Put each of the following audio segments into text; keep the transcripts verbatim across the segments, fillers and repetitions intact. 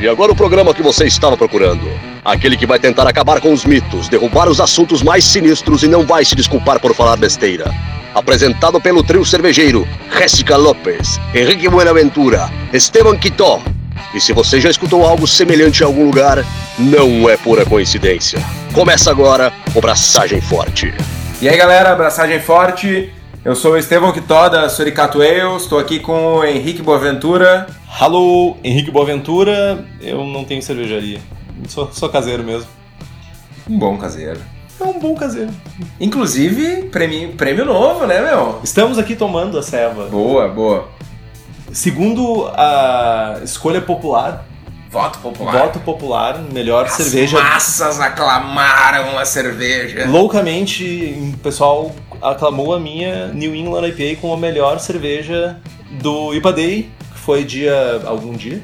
E agora o programa que você estava procurando. Aquele que vai tentar acabar com os mitos, derrubar os assuntos mais sinistros e não vai se desculpar por falar besteira. Apresentado pelo trio cervejeiro Jéssica Lopes, Henrique Buenaventura, Esteban Quitó. E se você já escutou algo semelhante em algum lugar, não é pura coincidência. Começa agora o Braçagem Forte. E aí galera, Braçagem Forte. Eu sou o Esteban Quitó da Suricato Ales, estou aqui com o Henrique Boaventura. Alô, Henrique Boaventura, eu não tenho cervejaria, sou, sou caseiro mesmo. Um bom caseiro. É um bom caseiro. Inclusive, prêmio, prêmio novo, né, meu? Estamos aqui tomando a ceva. Boa, boa. Segundo a escolha popular... Voto popular. Voto popular, melhor As cerveja... As massas aclamaram a cerveja. Loucamente, o pessoal aclamou a minha New England I P A como a melhor cerveja do I P A Day, que foi dia... algum dia?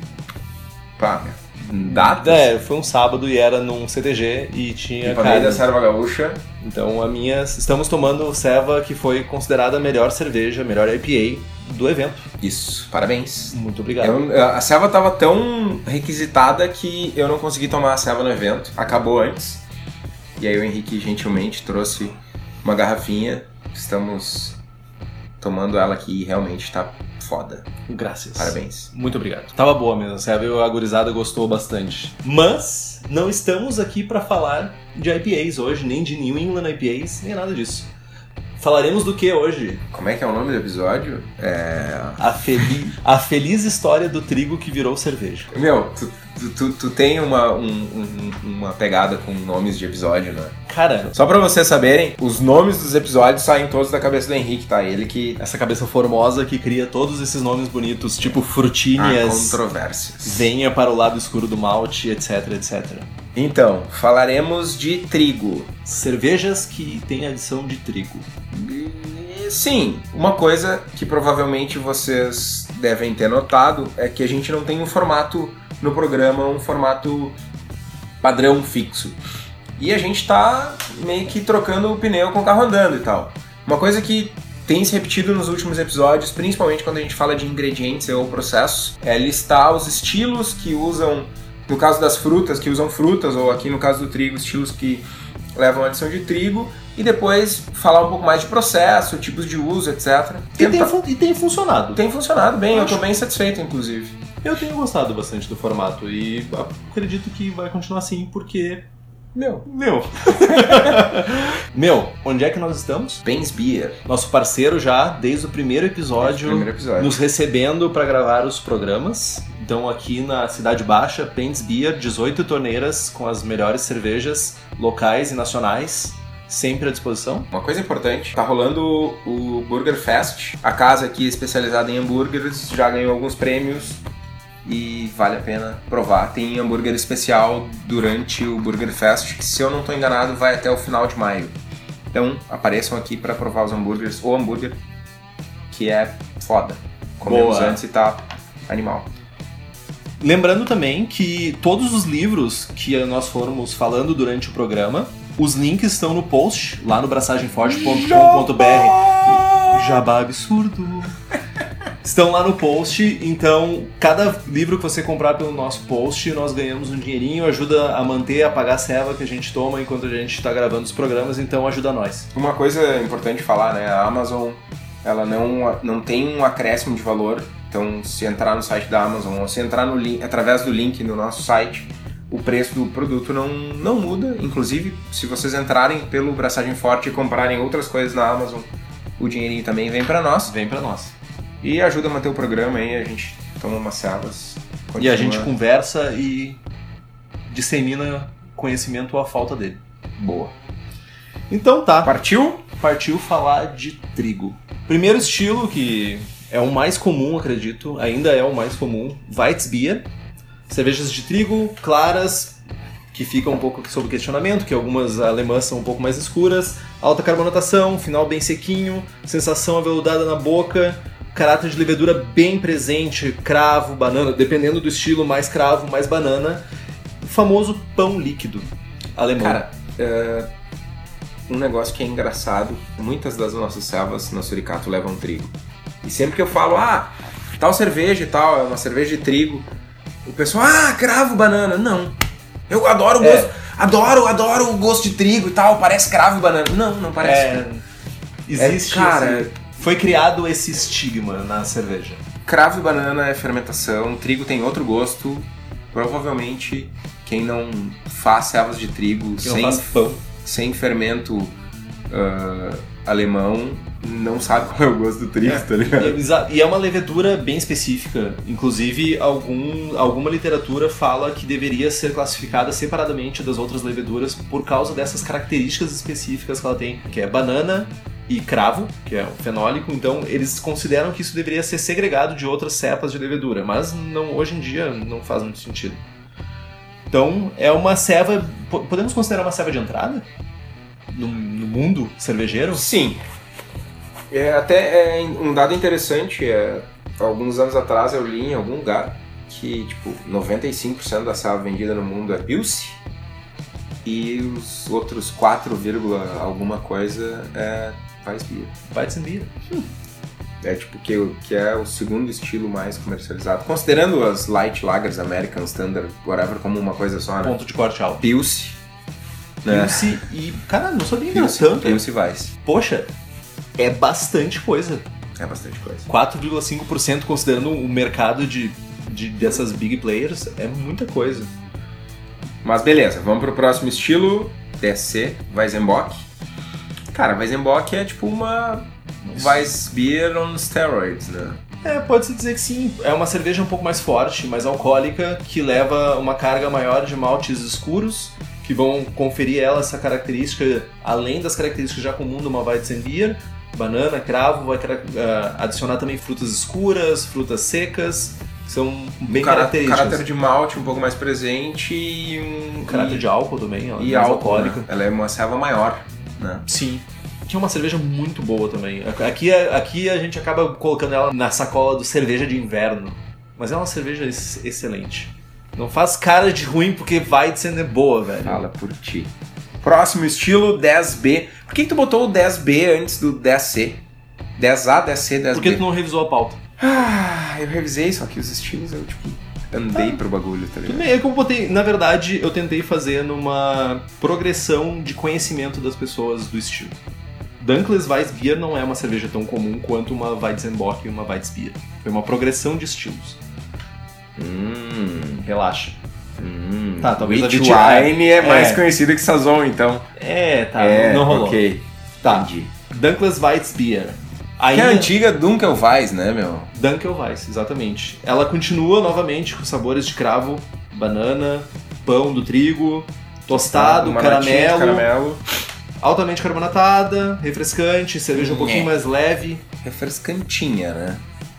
Pá, datas? É, foi um sábado e era num C T G e tinha I P A Day da Serva Gaúcha. Então a minha... Estamos tomando ceva que foi considerada a melhor cerveja, a melhor I P A do evento. Isso, parabéns. Muito obrigado. Eu, a ceva estava tão requisitada que eu não consegui tomar a ceva no evento. Acabou antes. E aí o Henrique gentilmente trouxe uma garrafinha. Estamos tomando ela aqui e realmente está foda. Graças. Parabéns. Muito obrigado. Tava boa mesmo, a ceva, a gurizada gostou bastante. Mas não estamos aqui para falar de I P As hoje, nem de New England I P As, nem nada disso. Falaremos do que hoje? Como é que é o nome do episódio? É... A, fel... a feliz história do trigo que virou cerveja. Meu, tu, tu, tu, tu tem uma, um, um, uma pegada com nomes de episódio, né? Cara... Só pra vocês saberem, os nomes dos episódios saem todos da cabeça do Henrique, tá? Ele que... Essa cabeça formosa que cria todos esses nomes bonitos, tipo frutíneas... Há controvérsias. Venha para o lado escuro do malte, etc, etcétera. Então, falaremos de trigo. Cervejas que têm adição de trigo. Sim, uma coisa que provavelmente vocês devem ter notado é que a gente não tem um formato no programa, um formato padrão fixo. E a gente tá meio que trocando o pneu com o carro andando e tal. Uma coisa que tem se repetido nos últimos episódios, principalmente quando a gente fala de ingredientes ou processos, é listar os estilos que usam... No caso das frutas, que usam frutas, ou aqui no caso do trigo, estilos que levam a adição de trigo, e depois falar um pouco mais de processo, tipos de uso, etcétera. E tem, fun- e tem funcionado. Tem funcionado bem, eu, eu estou acho... bem satisfeito, inclusive. Eu tenho gostado bastante do formato, e acredito que vai continuar assim, porque... Meu. Meu. Meu, onde é que nós estamos? Ben's Beer. Nosso parceiro já, desde o primeiro episódio, o primeiro episódio. nos recebendo para gravar os programas. Então aqui na Cidade Baixa, Ben's Beer, dezoito torneiras com as melhores cervejas locais e nacionais, sempre à disposição. Uma coisa importante, tá rolando o Burger Fest. A casa aqui especializada em hambúrgueres já ganhou alguns prêmios. E vale a pena provar. Tem hambúrguer especial durante o Burger Fest, que se eu não estou enganado vai até o final de maio. Então apareçam aqui para provar os hambúrgueres, o hambúrguer, que é foda. Comemos Boa. Antes e tá animal. Lembrando também que todos os livros que nós formos falando durante o programa, os links estão no post, lá no braçagem forte ponto com ponto b r. Jabá absurdo! Estão lá no post, então cada livro que você comprar pelo nosso post, nós ganhamos um dinheirinho, ajuda a manter, a pagar a ceva que a gente toma enquanto a gente está gravando os programas, então ajuda nós. Uma coisa importante falar, né? A Amazon, ela não, não tem um acréscimo de valor, então se entrar no site da Amazon ou se entrar no link, através do link no nosso site, o preço do produto não, não muda. Inclusive, se vocês entrarem pelo Braçagem Forte e comprarem outras coisas na Amazon, o dinheirinho também vem para nós. Vem para nós. E ajuda a manter o programa aí, a gente toma umas cevas. Continua... E a gente conversa e dissemina conhecimento à falta dele. Boa. Então tá. Partiu? Partiu falar de trigo. Primeiro estilo, que é o mais comum, acredito, ainda é o mais comum, Weissbier. Cervejas de trigo, claras, que ficam um pouco sob questionamento, que algumas alemãs são um pouco mais escuras, alta carbonatação, final bem sequinho, sensação aveludada na boca, caráter de levedura bem presente, cravo, banana, dependendo do estilo, mais cravo, mais banana. O famoso pão líquido alemão. Cara, é... um negócio que é engraçado, muitas das nossas cevas na Suricato levam trigo. E sempre que eu falo, ah, tal cerveja e tal, é uma cerveja de trigo, o pessoal, ah, cravo, banana. Não. Eu adoro o É. gosto. Adoro, adoro o gosto de trigo e tal. Parece cravo e banana. Não, não parece. É, existe, É, cara, esse- foi criado esse estigma na cerveja. cravo e banana é fermentação. Trigo tem outro gosto. Provavelmente quem não faz cevas de trigo Que não sem, faz pão. sem fermento ah, alemão não sabe qual é o gosto do trigo, É. tá ligado? E, exa- e é uma levedura bem específica. Inclusive, algum, alguma literatura fala que deveria ser classificada separadamente das outras leveduras por causa dessas características específicas que ela tem, que é banana e cravo, que é um fenólico. Então, eles consideram que isso deveria ser segregado de outras cepas de levedura, mas não, hoje em dia não faz muito sentido. Então, é uma ceva... po- Podemos considerar uma ceva de entrada? No, no mundo cervejeiro? Sim. É, até é um dado interessante, é, alguns anos atrás eu li em algum lugar que tipo, noventa e cinco por cento da ceva vendida no mundo é Pilsen e os outros quatro, alguma coisa é Weissbier. Weizenbier. É tipo que, que é o segundo estilo mais comercializado, considerando as light lagers, American Standard, whatever, como uma coisa só, né? Ponto de corte alto. Pilsen, né? Pilsen e... Cara, não sabia que era Pilsen, tanto. Pilsen e Weiss. Poxa, é bastante coisa. É bastante coisa. quatro vírgula cinco por cento considerando o mercado de, de, dessas big players, é muita coisa. Mas beleza, vamos pro próximo estilo, D C, Weizenbock. Cara, Weizenbock é tipo uma Weissbier on steroids, né? É, pode-se dizer que sim. É uma cerveja um pouco mais forte, mais alcoólica, que leva uma carga maior de maltes escuros, que vão conferir ela essa característica, além das características já comuns de uma Weizenbier. Banana, cravo, vai uh, adicionar também frutas escuras, frutas secas, que são bem um cara- características. caráter de malte um pouco mais presente e um... Um caráter e, de álcool também, ó, e mais álcool, alcoólica. né? Ela é uma ceva maior, né? Sim. Que é uma cerveja muito boa também. Aqui, aqui a gente acaba colocando ela na sacola do cerveja de inverno. Mas é uma cerveja ex- excelente. Não faz cara de ruim porque Weizen é boa, velho. Fala por ti. Próximo estilo, dez B. Por que, que tu botou o dez B antes do dez C? dez A, dez C, dez B? Por que tu não revisou a pauta? Ah, eu revisei, só que os estilos eu, tipo, andei pro bagulho, tá Tudo ligado? bem, é que eu botei... Na verdade, eu tentei fazer numa progressão de conhecimento das pessoas do estilo. Dunkless Weissbier não é uma cerveja tão comum quanto uma Weizenbock e uma Weissbier. Foi uma progressão de estilos. Hum, Relaxa. hum. Tá, talvez a Wheat Wheat Wine é mais é. conhecida que Sazon, então. É, tá, é, não rolou. ok. Tá. Entendi. Dunkless Weissbier. Que é Ainda... a antiga Dunkelweiss, né, meu? Dunkelweiss, exatamente. Ela continua novamente com sabores de cravo, banana, pão do trigo, tostado, Uma latinha de caramelo, caramelo. altamente carbonatada, refrescante, cerveja um pouquinho Nhé. mais leve. Refrescantinha, né?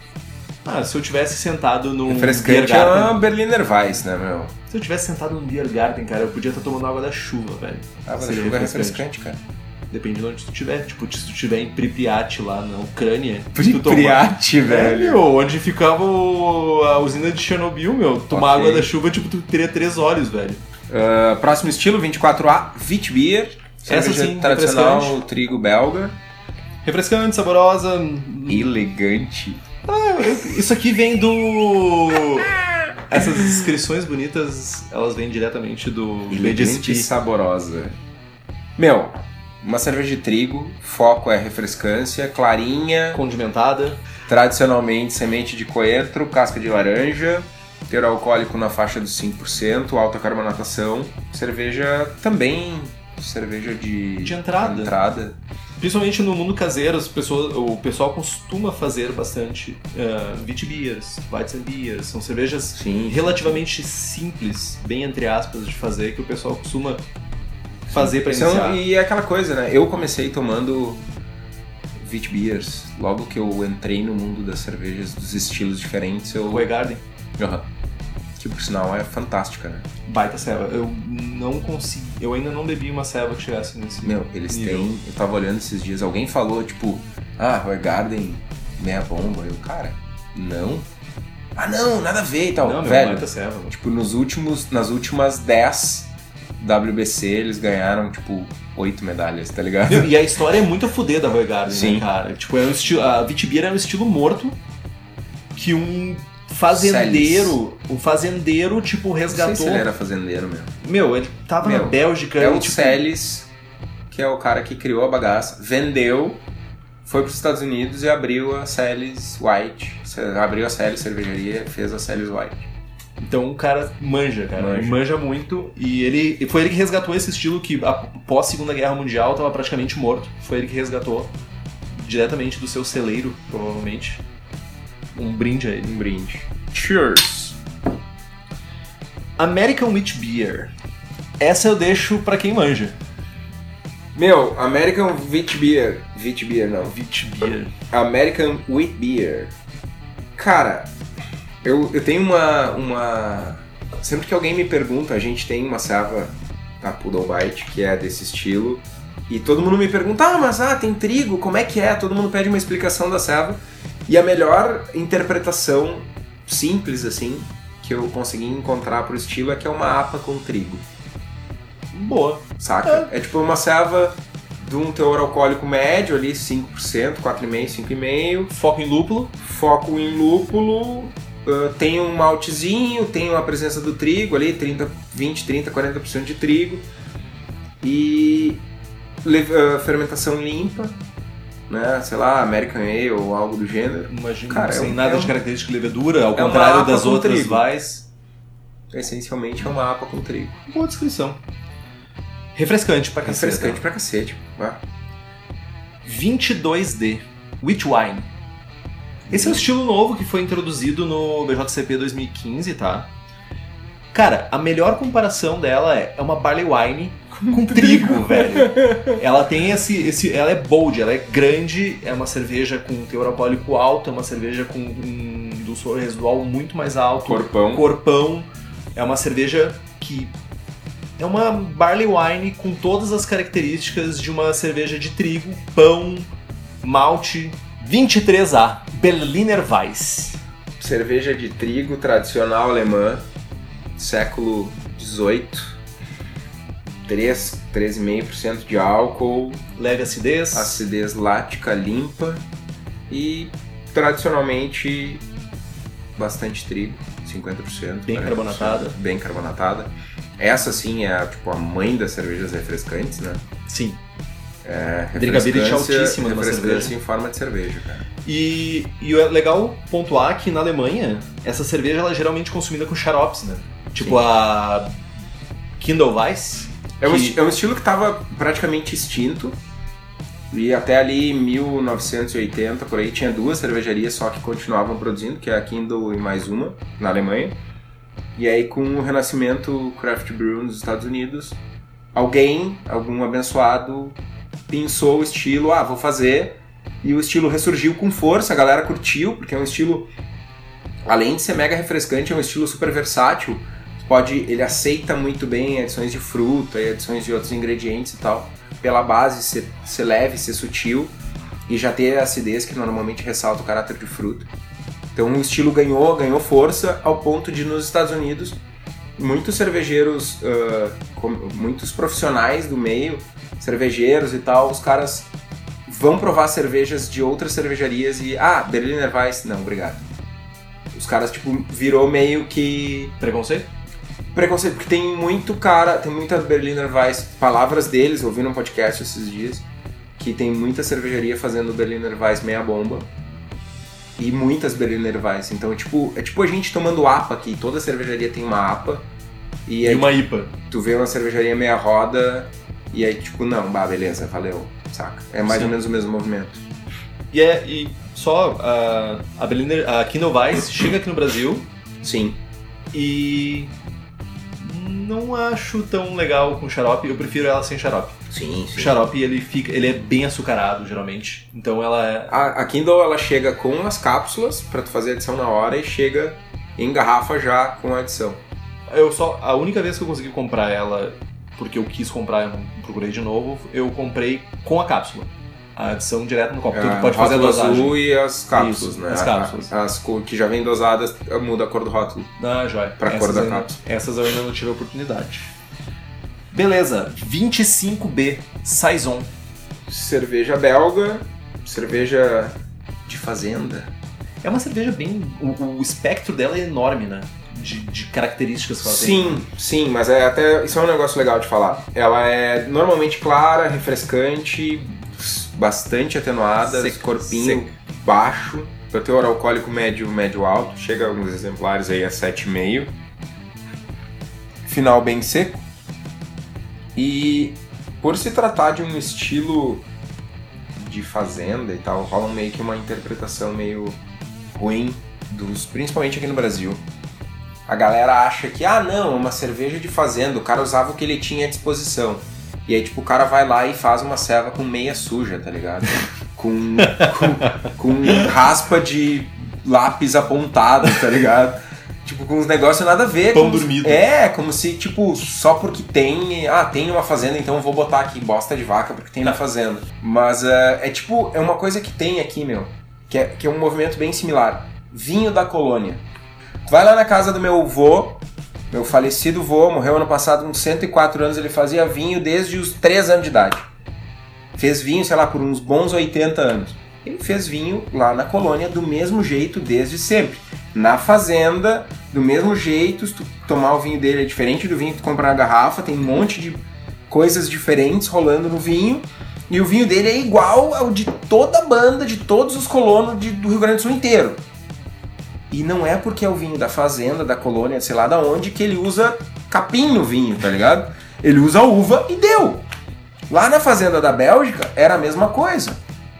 Ah, se eu tivesse sentado num beer Refrescante é garden... uma Berliner Weiss, né, meu? Se eu tivesse sentado num beer garden, cara, eu podia estar tomando água da chuva, velho. Ah, mas Seria chuva é refrescante, cara. Depende de onde tu estiver. Tipo, se tu estiver em Pripyat, lá na Ucrânia... se tu tomar- Pripyat, É, velho. meu, onde ficava o- a usina de Chernobyl, meu. Tomar Ok. água da chuva, tipo, tu teria três olhos, velho. Ah, próximo estilo, vinte e quatro A, Witbier. Essa Cerveja sim, tradicional, refrescante. trigo belga. Refrescante, saborosa. Elegante. Isso aqui vem do... Essas descrições bonitas, elas vêm diretamente do B J Elegante C e P. saborosa. Meu, uma cerveja de trigo, foco é refrescância, clarinha, Condimentada. tradicionalmente semente de coentro, casca de laranja, teor alcoólico na faixa dos cinco por cento, alta carbonatação, cerveja também, cerveja de, De entrada. entrada. Principalmente no mundo caseiro, as pessoas, o pessoal costuma fazer bastante uh, Witbiers, Weizenbiers. São cervejas Sim. relativamente simples, bem entre aspas, de fazer, que o pessoal costuma fazer pra São- iniciar. e é aquela coisa, né? Eu comecei tomando Witbiers. Logo que eu entrei no mundo das cervejas, dos estilos diferentes, eu... Rue Garden, Aham. Que por sinal é fantástica, né? baita ceva. Eu não consegui, eu ainda não bebi uma ceva que chegasse nesse Meu, eles nível. têm... Eu tava olhando esses dias, alguém falou, tipo... Ah, Rue Garden, meia bomba. Eu, cara, não. Ah, não, nada a ver e tal. Não, meu, Velho, baita ceva. mano. tipo, nos últimos, nas últimas dez W B C, eles ganharam, tipo, oito medalhas, tá ligado? Meu, e a história é muito a fuder da Rue Garden, Sim. né, cara? Tipo, é um estilo, a Witbier é um estilo morto que um fazendeiro, o fazendeiro, tipo, resgatou... Não sei se ele era fazendeiro mesmo. Meu, ele tava Meu, na Bélgica... É e, o tipo... Celis, que é o cara que criou a bagaça, vendeu, foi pros Estados Unidos e abriu a Celis White. Abriu a Celis Cervejaria e fez a Celis White. Então o cara manja, cara. Manja. Ele manja muito. E ele e foi ele que resgatou esse estilo que, após a Segunda Guerra Mundial, estava praticamente morto. Foi ele que resgatou diretamente do seu celeiro, provavelmente. Um brinde a ele. Um brinde. Cheers! American Wheat Beer. Essa eu deixo pra quem manja. Meu, American Wheat Beer. Wheat Beer, não. Wheat Beer. American Wheat Beer. Cara, eu, eu tenho uma, uma... Sempre que alguém me pergunta, a gente tem uma serva, a Poodle White, que é desse estilo, e todo mundo me pergunta, ah, mas ah, tem trigo, como é que é? Todo mundo pede uma explicação da serva, e a melhor interpretação simples, assim, que eu consegui encontrar pro estilo é que é uma A P A com trigo. Boa. Saca? É, é tipo uma serva de um teor alcoólico médio, ali cinco por cento, quatro vírgula cinco por cento, cinco vírgula cinco por cento. Foco em lúpulo. Foco em lúpulo, uh, tem um maltezinho, tem uma presença do trigo ali, trinta, vinte, trinta, quarenta por cento de trigo. E uh, fermentação limpa, né? Sei lá, American Ale ou algo do gênero. Imagino, Cara, sem é um, nada é um, de característica de levedura, ao é contrário das com outras trigo. vais. Essencialmente é uma A P A com trigo. Boa descrição. Refrescante pra cacete. Refrescante pra cacete. Ah. vinte e dois D. Wheat Wine. Esse é um estilo novo que foi introduzido no B J C P dois mil e quinze, tá? Cara, a melhor comparação dela é, é uma Barley Wine com trigo, velho. Ela tem esse, esse... Ela é bold, ela é grande, é uma cerveja com teor alcoólico alto, é uma cerveja com um dulçor residual muito mais alto. Corpão. Corpão. É uma cerveja que... É uma Barley Wine com todas as características de uma cerveja de trigo, pão, malte. vinte e três A, Berliner Weiss. Cerveja de trigo tradicional alemã, século dezoito. três, treze vírgula cinco por cento de álcool. Leve acidez. Acidez lática limpa. E tradicionalmente bastante trigo, cinquenta por cento. Bem carbonatada. Bem carbonatada. Essa sim é tipo a mãe das cervejas refrescantes, né? Sim. É, drinkability altíssima numa refrescância cerveja. em forma de cerveja, cara. E, e é legal pontuar que na Alemanha, essa cerveja ela é geralmente consumida com xaropes, né? Tipo Sim. a Kindle Weiss. É um, que... esti- é um estilo que estava praticamente extinto. E até ali em mil novecentos e oitenta, por aí, tinha duas cervejarias só que continuavam produzindo, que é a Kindle e mais uma, na Alemanha. E aí com o renascimento craft brew nos Estados Unidos, alguém, algum abençoado, pensou o estilo, ah, vou fazer, e o estilo ressurgiu com força, a galera curtiu, porque é um estilo, além de ser mega refrescante, é um estilo super versátil, pode, ele aceita muito bem adições de fruta e adições de outros ingredientes e tal, pela base ser, ser leve, ser sutil, e já ter a acidez que normalmente ressalta o caráter de fruta. Então o estilo ganhou, ganhou força ao ponto de, nos Estados Unidos, muitos cervejeiros, uh, com, muitos profissionais do meio, cervejeiros e tal, os caras vão provar cervejas de outras cervejarias e, ah, Berliner Weiss, não, obrigado. Os caras, tipo, virou meio que... Preconceito? Preconceito, porque tem muito cara, tem muita Berliner Weiss, palavras deles, ouvi num podcast esses dias, que tem muita cervejaria fazendo Berliner Weiss meia bomba. E muitas Berliner Weiss. Então, é tipo, é tipo a gente tomando A P A aqui. Toda cervejaria tem uma A P A. E, aí, e uma I P A. Tu vê uma cervejaria meia roda e aí, tipo, não, bah, beleza, valeu, saca? É mais Sim. ou menos o mesmo movimento. E, é, e só a, a Berliner, a Kindle Weiss chega aqui no Brasil. Sim. E não acho tão legal com xarope. Eu prefiro ela sem xarope. Sim, sim. O xarope, ele, fica, ele é bem açucarado, geralmente. Então ela é... A, a Kindle, ela chega com as cápsulas pra tu fazer a adição na hora e chega em garrafa já com a adição. Eu só... A única vez que eu consegui comprar ela, porque eu quis comprar, eu não procurei de novo, eu comprei com a cápsula. A adição direto no copo. É, então tu pode fazer a dosagem. Azul e as cápsulas, Isso, né? As cápsulas. As, as que já vêm dosadas, muda a cor do rótulo. Ah, joia. Pra essas cor da ainda, cápsula. Essas eu ainda não tive a oportunidade. Beleza, vinte e cinco B, Saison. Cerveja belga, cerveja de fazenda. É uma cerveja bem... O, o espectro dela é enorme, né? De, de características que ela sim, tem. Sim, sim, mas é até isso é um negócio legal de falar. Ela é normalmente clara, refrescante, bastante atenuada, Seco, corpinho seco. baixo, o teor alcoólico médio, médio alto, chega alguns exemplares aí a sete vírgula cinco. Final bem seco. E por se tratar de um estilo de fazenda e tal, rola meio que uma interpretação meio ruim, dos, principalmente aqui no Brasil. A galera acha que, ah não, é uma cerveja de fazenda, o cara usava o que ele tinha à disposição. E aí, tipo, o cara vai lá e faz uma ceva com meia suja, tá ligado? com, com, com raspa de lápis apontado, tá ligado? Tipo, com uns negócios nada a ver. Pão como dormido. Se, é, como se, tipo, só porque tem... Ah, tem uma fazenda, então eu vou botar aqui bosta de vaca porque tem na fazenda. Mas uh, é tipo, é uma coisa que tem aqui, meu, que é, que é um movimento bem similar. Vinho da colônia. Tu vai lá na casa do meu avô, meu falecido avô, morreu ano passado com cento e quatro anos, ele fazia vinho desde os três anos de idade. Fez vinho, sei lá, por uns bons oitenta anos. Ele fez vinho lá na colônia do mesmo jeito desde sempre. Na fazenda, do mesmo jeito, se tu tomar o vinho dele é diferente do vinho que tu compra na garrafa, tem um monte de coisas diferentes rolando no vinho, e o vinho dele é igual ao de toda a banda, de todos os colonos de, do Rio Grande do Sul inteiro. E não é porque é o vinho da fazenda, da colônia, sei lá da onde, que ele usa capim no vinho, tá ligado? Ele usa uva e deu. Lá na fazenda da Bélgica era a mesma coisa.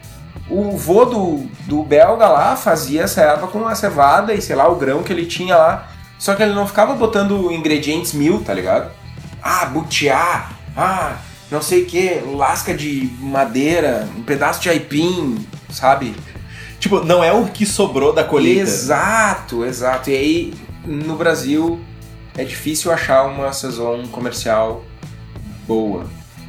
O vô do, do belga lá fazia essa erva com a cevada e sei lá, o grão que ele tinha lá. Só que ele não ficava botando ingredientes mil, tá ligado? Ah, butiá, ah, não sei o que, lasca de madeira, um pedaço de aipim, sabe? Tipo, não é o que sobrou da colheita. Exato, exato. E aí, no Brasil, é difícil achar uma saison comercial boa.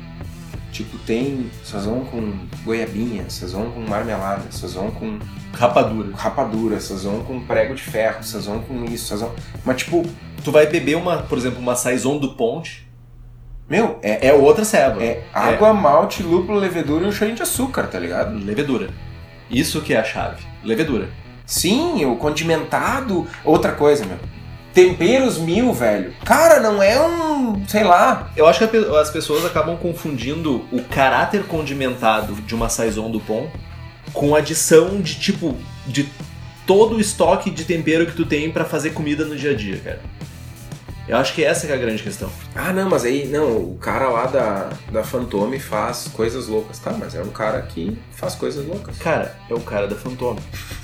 Tipo, tem saison com goiabinha, saison com marmelada, saison com rapadura, rapadura, saison com prego de ferro, saison com isso, saison... Mas tipo... Tu vai beber, uma, por exemplo, uma saison do Ponte... Meu, é, é outra ceva. É água, é. malte, lúpulo, levedura e um cheirinho de açúcar, tá ligado? Levedura. Isso que é a chave. Levedura. Sim, o condimentado... Outra coisa, meu. Temperos mil, velho. Cara, não é um... sei lá. Eu acho que as pessoas acabam confundindo o caráter condimentado de uma saison do Pont com adição de, tipo, de todo o estoque de tempero que tu tem pra fazer comida no dia a dia, cara. Eu acho que essa que é a grande questão. Ah, não, mas aí, não, o cara lá da, da Fantôme faz coisas loucas. Tá, mas é um cara que faz coisas loucas. Cara, é o cara da Fantôme.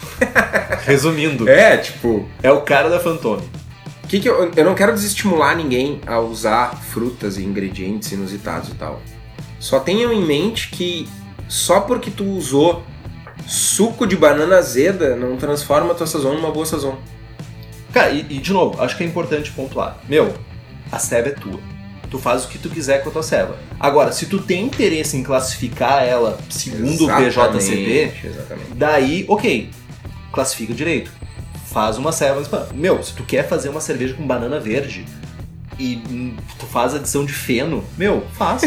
Resumindo. É, tipo... É o cara da Fantôme. Que que eu, eu não quero desestimular ninguém a usar frutas e ingredientes inusitados e tal. Só tenham em mente que só porque tu usou suco de banana azeda não transforma a tua saison numa boa saison. Cara, e, e de novo, acho que é importante pontuar. Meu, a ceva é tua. Tu faz o que tu quiser com a tua ceva. Agora, se tu tem interesse em classificar ela segundo o P J C P, exatamente. Daí, ok, classifica direito. Faz uma ceva... Meu, se tu quer fazer uma cerveja com banana verde e hum, tu faz adição de feno, meu, faz.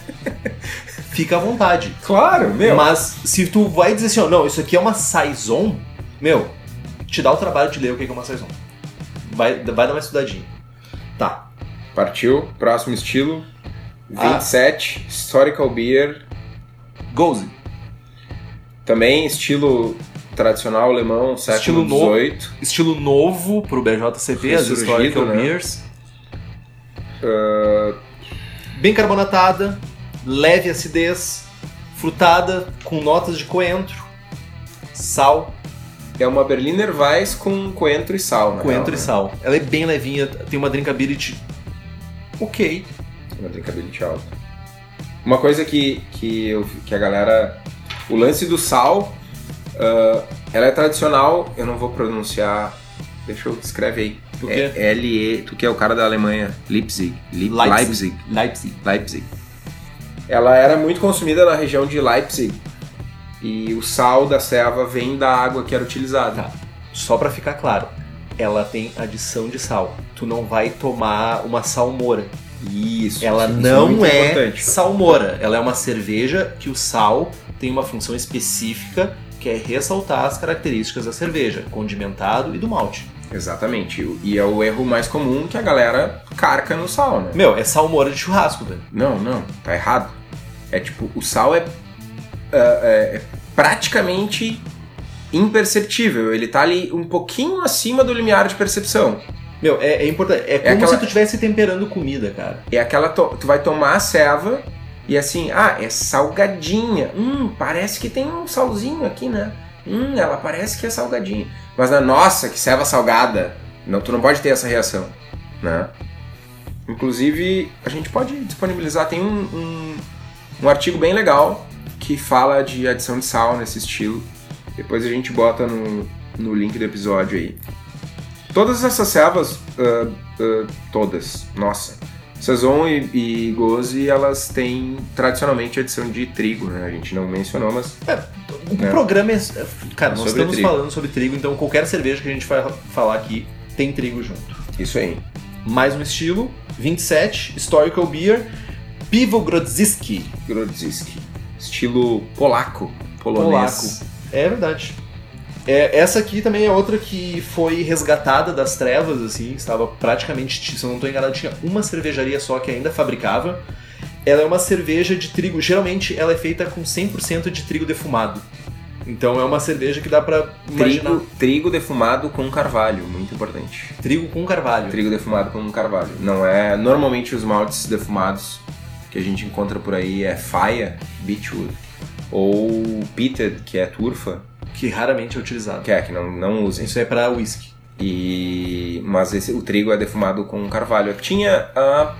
Fica à vontade. Claro, meu. Mas se tu vai dizer assim, ó, não, isso aqui é uma saison, meu, te dá o trabalho de ler o que é uma saison. Vai, vai dar uma estudadinha. Tá. Partiu. Próximo estilo. vinte e sete. Ah. Historical Beer. Gose. Também estilo... tradicional alemão, século dezoito. No... Estilo novo pro B J C P, as Historical né? Beers. Uh... Bem carbonatada, leve acidez, frutada, com notas de coentro, sal. É uma Berliner Weiss com coentro e sal, né? Coentro real, e né? sal. Ela é bem levinha, tem uma drinkability ok. Uma drinkability alta. Uma coisa que, que, eu, que a galera... O lance do sal... Uh, ela é tradicional, eu não vou pronunciar. Deixa eu escreve aí. Tu que? É L E, tu que é o cara da Alemanha, Leipzig. Leipzig. Leipzig. Leipzig. Leipzig. Ela era muito consumida na região de Leipzig e o sal da ceva vem da água que era utilizada. Tá. Só pra ficar claro, ela tem adição de sal. Tu não vai tomar uma salmoura. Isso. Ela isso não é, é salmoura. Ela é uma cerveja que o sal tem uma função específica que é ressaltar as características da cerveja, condimentado e do malte. Exatamente. E é o erro mais comum que a galera carca no sal, né? Meu, é salmoura de churrasco, velho. Não, não. Tá errado. É tipo, o sal é, é, é praticamente imperceptível. Ele tá ali um pouquinho acima do limiar de percepção. Meu, é, é importante. É, é como aquela... se tu estivesse temperando comida, cara. É aquela... To... Tu vai tomar a ceva e assim, ah, é salgadinha. Hum, parece que tem um salzinho aqui, né? Hum, ela parece que é salgadinha. Mas, nossa, que ceva salgada. Não, tu não pode ter essa reação, né? Inclusive, a gente pode disponibilizar, tem um, um, um artigo bem legal que fala de adição de sal nesse estilo. Depois a gente bota no, no link do episódio aí. Todas essas cevas, uh, uh, todas, nossa, Saison e, e Gose, elas têm tradicionalmente adição de trigo, né? A gente não mencionou, mas... É, o né? programa é... Cara, nós Sobre estamos trigo. falando sobre trigo, então qualquer cerveja que a gente vai falar aqui tem trigo junto. Isso aí. Mais um estilo, vinte e sete, Historical Beer, Piwo Grodziskie. Grodziskie. Estilo polaco, polonês. Polaco. É verdade. É, essa aqui também é outra que foi resgatada das trevas, assim, estava praticamente, se eu não estou enganado, tinha uma cervejaria só que ainda fabricava. Ela é uma cerveja de trigo, geralmente ela é feita com cem por cento de trigo defumado. Então é uma cerveja que dá pra imaginar... Trigo, trigo defumado com carvalho, muito importante. Trigo com carvalho. Trigo defumado com carvalho. Não é... Normalmente os maltes defumados que a gente encontra por aí é faia, beechwood, ou pitted, que é turfa. Que raramente é utilizado. Que é, que não, não usem. Isso é pra whisky. E... Mas esse, o trigo é defumado com carvalho. Tinha a...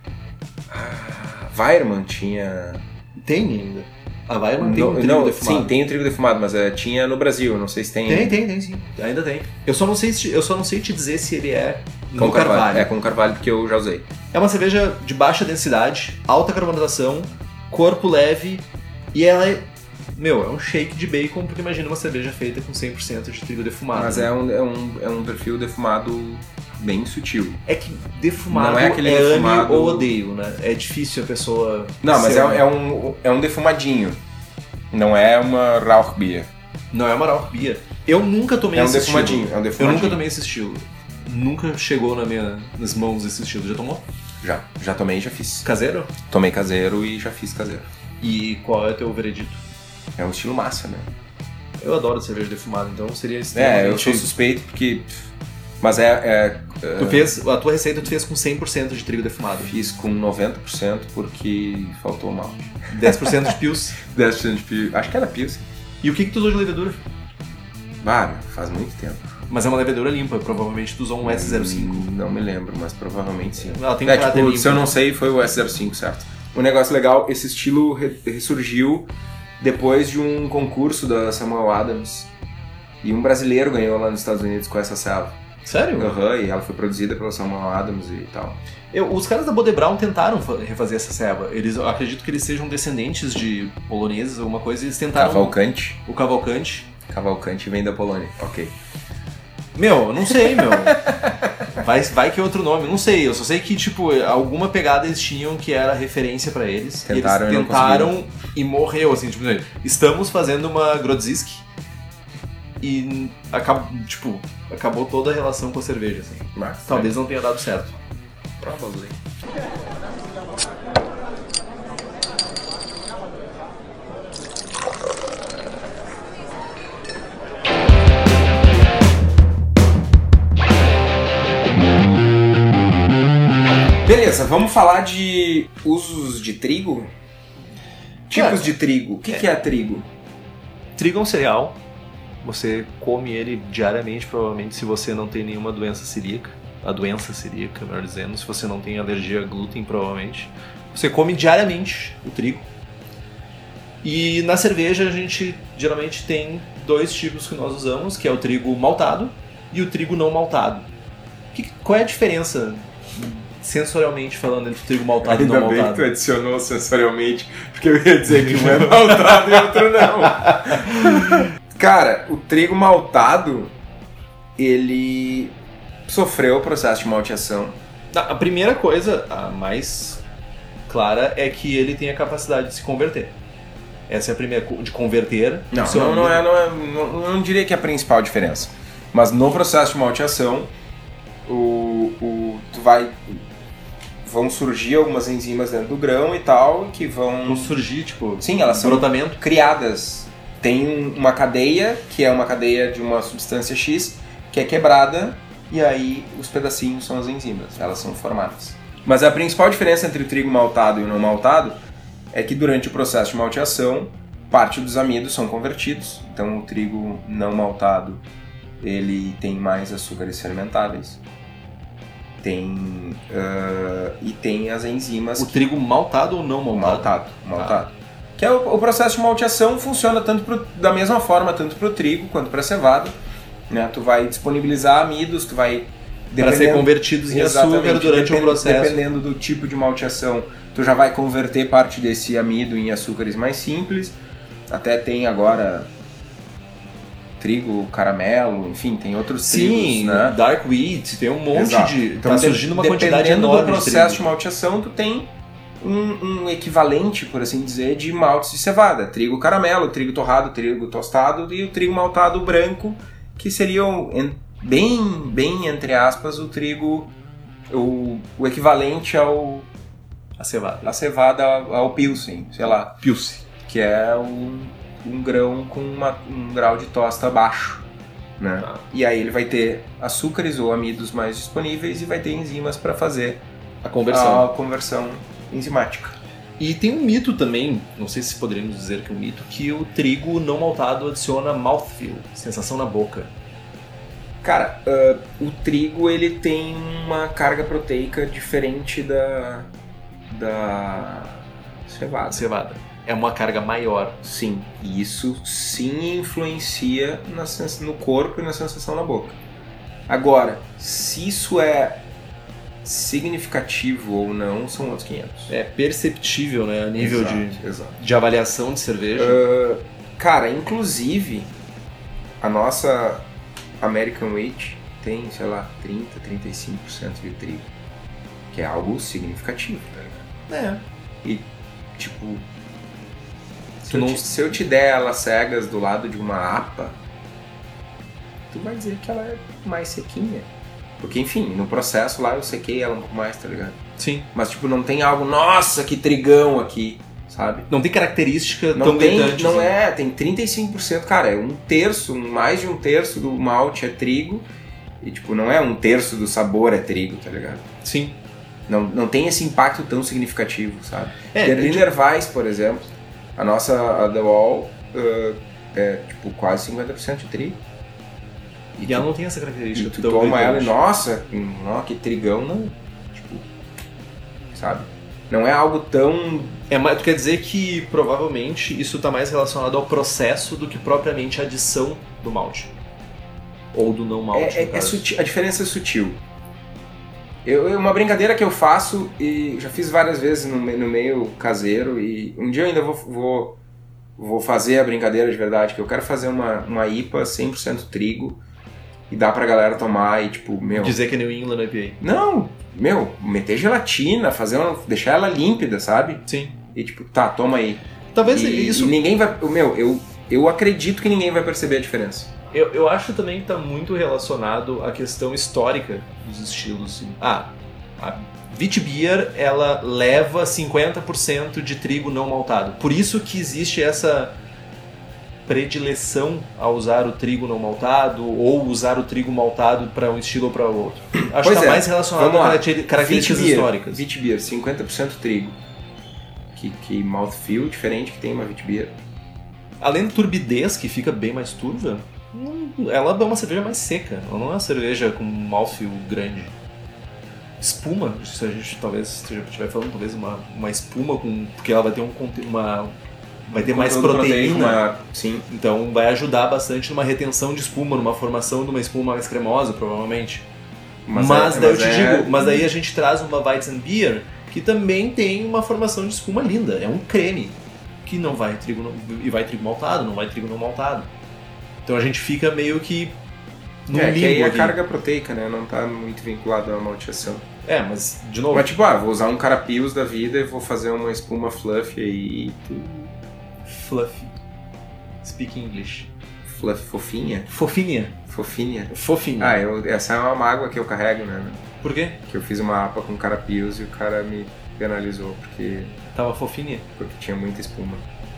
a Weirmann tinha... Tem ainda. A Weirmann tem não, um trigo não, defumado. Sim, tem o trigo defumado, mas é, tinha no Brasil, não sei se tem... Tem, tem, tem sim. Ainda tem. Eu só não sei, se, eu só não sei te dizer se ele é com no carvalho. carvalho. É com carvalho porque eu já usei. É uma cerveja de baixa densidade, alta carbonatação, corpo leve e ela é... Meu, é um shake de bacon, porque imagina uma cerveja feita com cem por cento de trigo defumado. Mas né? é, um, é, um, é um perfil defumado bem sutil. É que defumado não é, aquele é defumado... ame ou odeio, né? É difícil a pessoa... Não, mas é, um... é, um, é um defumadinho. Não é uma Rauchbier. Não é uma Rauchbier. Eu nunca tomei é um esse defumadinho, estilo. É um defumadinho. Eu nunca tomei esse estilo. Nunca chegou na minha, nas mãos esse estilo. Já tomou? Já. Já tomei e já fiz. Caseiro? Tomei caseiro e já fiz caseiro. E qual é o teu veredito? É um estilo massa, né? Eu adoro cerveja defumada, então seria extremamente... É, eu sou suspeito porque... Mas é... é tu fez, a tua receita tu fez com cem por cento de trigo defumado. Fiz com noventa por cento porque faltou malte. dez por cento de Pils? dez por cento de Pils. Acho que era Pils. E o que que tu usou de levedura? Ah, faz muito tempo. Mas é uma levedura limpa, provavelmente tu usou um S zero cinco. Hum, não me lembro, mas provavelmente sim. Ela tem é, um tipo, limpo. se eu não sei, foi o S zero cinco, certo? Um negócio legal, esse estilo ressurgiu depois de um concurso da Samuel Adams. E um brasileiro ganhou lá nos Estados Unidos com essa ceva. Sério? Aham, uhum, e ela foi produzida pela Samuel Adams e tal. Eu, os caras da Bode Brown tentaram refazer essa ceva. Eles, eu acredito que eles sejam descendentes de poloneses, alguma coisa, e eles tentaram... Cavalcante. O Cavalcante. Cavalcante vem da Polônia, ok. Meu, eu não sei, meu. Vai, vai que é outro nome, não sei. Eu só sei que, tipo, alguma pegada eles tinham que era referência pra eles. Tentaram eles e não tentaram e morreu, assim, tipo, estamos fazendo uma Grodziskie e acabou, tipo, acabou toda a relação com a cerveja, assim. Mas, talvez é. não tenha dado certo. Probably. Beleza, vamos falar de usos de trigo? Tipos é. de trigo. O que é. que é trigo? Trigo é um cereal. Você come ele diariamente, provavelmente, se você não tem nenhuma doença celíaca. A doença celíaca, melhor dizendo. Se você não tem alergia a glúten, provavelmente. Você come diariamente o trigo. E na cerveja a gente geralmente tem dois tipos que nós usamos, que é o trigo maltado e o trigo não maltado. Que, qual é a diferença, sensorialmente falando, entre o trigo maltado Ainda e não bem maltado? Que tu adicionou sensorialmente, porque eu ia dizer que um é maltado e outro não. Cara, o trigo maltado, ele sofreu o processo de malteação. A primeira coisa, a mais clara, é que ele tem a capacidade de se converter. Essa é a primeira, de converter. Não, seu não, não, amido. é, não, é, não, não diria que é a principal diferença. Mas no processo de malteação, o, o, tu vai, vão surgir algumas enzimas dentro do grão e tal, que vão... Vão surgir, tipo, Sim, elas são brotamento. criadas. Tem uma cadeia, que é uma cadeia de uma substância X, que é quebrada, e aí os pedacinhos são as enzimas, elas são formadas. Mas a principal diferença entre o trigo maltado e o não maltado é que durante o processo de malteação, parte dos amidos são convertidos. Então o trigo não maltado, ele tem mais açúcares fermentáveis. Tem, uh, e tem as enzimas... O trigo maltado ou não maltado? Maltado, maltado. Ah. Que é o, o processo de malteação funciona tanto pro, da mesma forma, tanto para o trigo quanto para a cevada. Né? Tu vai disponibilizar amidos, tu vai... Para ser convertidos em açúcar durante o processo. Dependendo do tipo de malteação, tu já vai converter parte desse amido em açúcares mais simples. Até tem agora trigo, caramelo, enfim, tem outros Sim, trigos, né? Dark wheat, tem um monte Exato. de... Então, tá surgindo uma quantidade dependendo enorme do processo de, de malteação, tu tem um, um equivalente, por assim dizer, de maltes de cevada. Trigo caramelo, trigo torrado, trigo tostado e o trigo maltado branco, que seriam... Bem, bem, entre aspas, o trigo, o, o equivalente ao... A cevada. A cevada ao Pilsen, sei lá. Pilsen. Que é um, um grão com uma, um grau de tosta baixo, né? Ah. E aí ele vai ter açúcares ou amidos mais disponíveis e vai ter enzimas para fazer a conversão. a conversão enzimática. E tem um mito também, não sei se poderíamos dizer que é um mito, que o trigo não maltado adiciona mouthfeel, sensação na boca. Cara, uh, o trigo ele tem uma carga proteica diferente da da cevada. Cevada. É uma carga maior. Sim, e isso sim influencia na, no corpo e na sensação na boca. Agora, se isso é significativo ou não, são outros quinhentos. É perceptível, né, a nível exato, de, exato. de avaliação de cerveja. Uh, cara, inclusive, a nossa American Wheat tem, sei lá, trinta, trinta e cinco por cento de trigo, que é algo significativo, tá ligado? É. E, tipo, se, não... eu te, se eu te der ela cegas do lado de uma A P A, tu vai dizer que ela é mais sequinha. Porque, enfim, no processo lá eu sequei ela um pouco mais, tá ligado? Sim. Mas, tipo, não tem algo, nossa, que trigão aqui, sabe? Não tem característica não tão tem, gritante. Não assim. é, tem trinta e cinco por cento, cara, é um terço, mais de um terço do malte é trigo. E, tipo, não é um terço do sabor é trigo, tá ligado? Sim. Não, não tem esse impacto tão significativo, sabe? É, Berliner Weiss, por exemplo, a nossa a The Wall uh, é, tipo, quase cinquenta por cento de trigo. E, e ela não tem essa característica. E tu toma ela e, nossa, nossa, que trigão, não. Tipo, sabe? Não é algo tão... É, mas tu quer dizer que provavelmente isso está mais relacionado ao processo do que propriamente a adição do malte. Ou do não malte. É, é, é sutil, a diferença é sutil. Eu, uma brincadeira que eu faço, e já fiz várias vezes no, no meio caseiro, e um dia eu ainda vou, vou, vou fazer a brincadeira de verdade, que eu quero fazer uma, uma I P A cem por cento trigo, e dá pra galera tomar e tipo, meu... Dizer que é New England I P A. Não, meu, meter gelatina, fazer uma, deixar ela límpida, sabe? Sim. E tipo, tá, toma aí. Talvez e, isso... E ninguém vai... Meu, eu, eu acredito que ninguém vai perceber a diferença. Eu, eu acho também que está muito relacionado à questão histórica dos estilos. Ah, a Witbier, ela leva cinquenta por cento de trigo não maltado. Por isso que existe essa predileção a usar o trigo não maltado ou usar o trigo maltado para um estilo ou para o outro. Acho pois que está é. mais relacionado a características Witbier, históricas. Witbier, cinquenta por cento trigo. Que, que mouthfeel diferente que tem uma Witbier. Além da turbidez, que fica bem mais turva, ela é uma cerveja mais seca, ela não é uma cerveja com um mouthfeel grande. Espuma, se a gente talvez estiver falando, talvez uma, uma espuma, com, porque ela vai ter, um, uma, vai ter mais proteína, uma, sim. Então vai ajudar bastante numa retenção de espuma, numa formação de uma espuma mais cremosa, provavelmente. Mas, mas é, daí mas eu te é... digo, mas daí a gente traz uma Weizenbier que também tem uma formação de espuma linda, é um creme, que não vai trigo, e vai trigo maltado, não vai trigo não maltado. Então a gente fica meio que num é, limbo que aí a ali. carga proteica, né, não tá muito vinculada à malteação. É, mas, de novo... Mas tipo, ah, vou usar um carapios da vida e vou fazer uma espuma fluffy e tu Fluffy. Speak English. Fluffy, fofinha? Fofinha. Fofinha. Fofinha. Ah, eu, essa é uma mágoa que eu carrego, né? Por quê? Que eu fiz uma APA com carapios e o cara me penalizou porque, Tava fofinha? porque tinha muita espuma.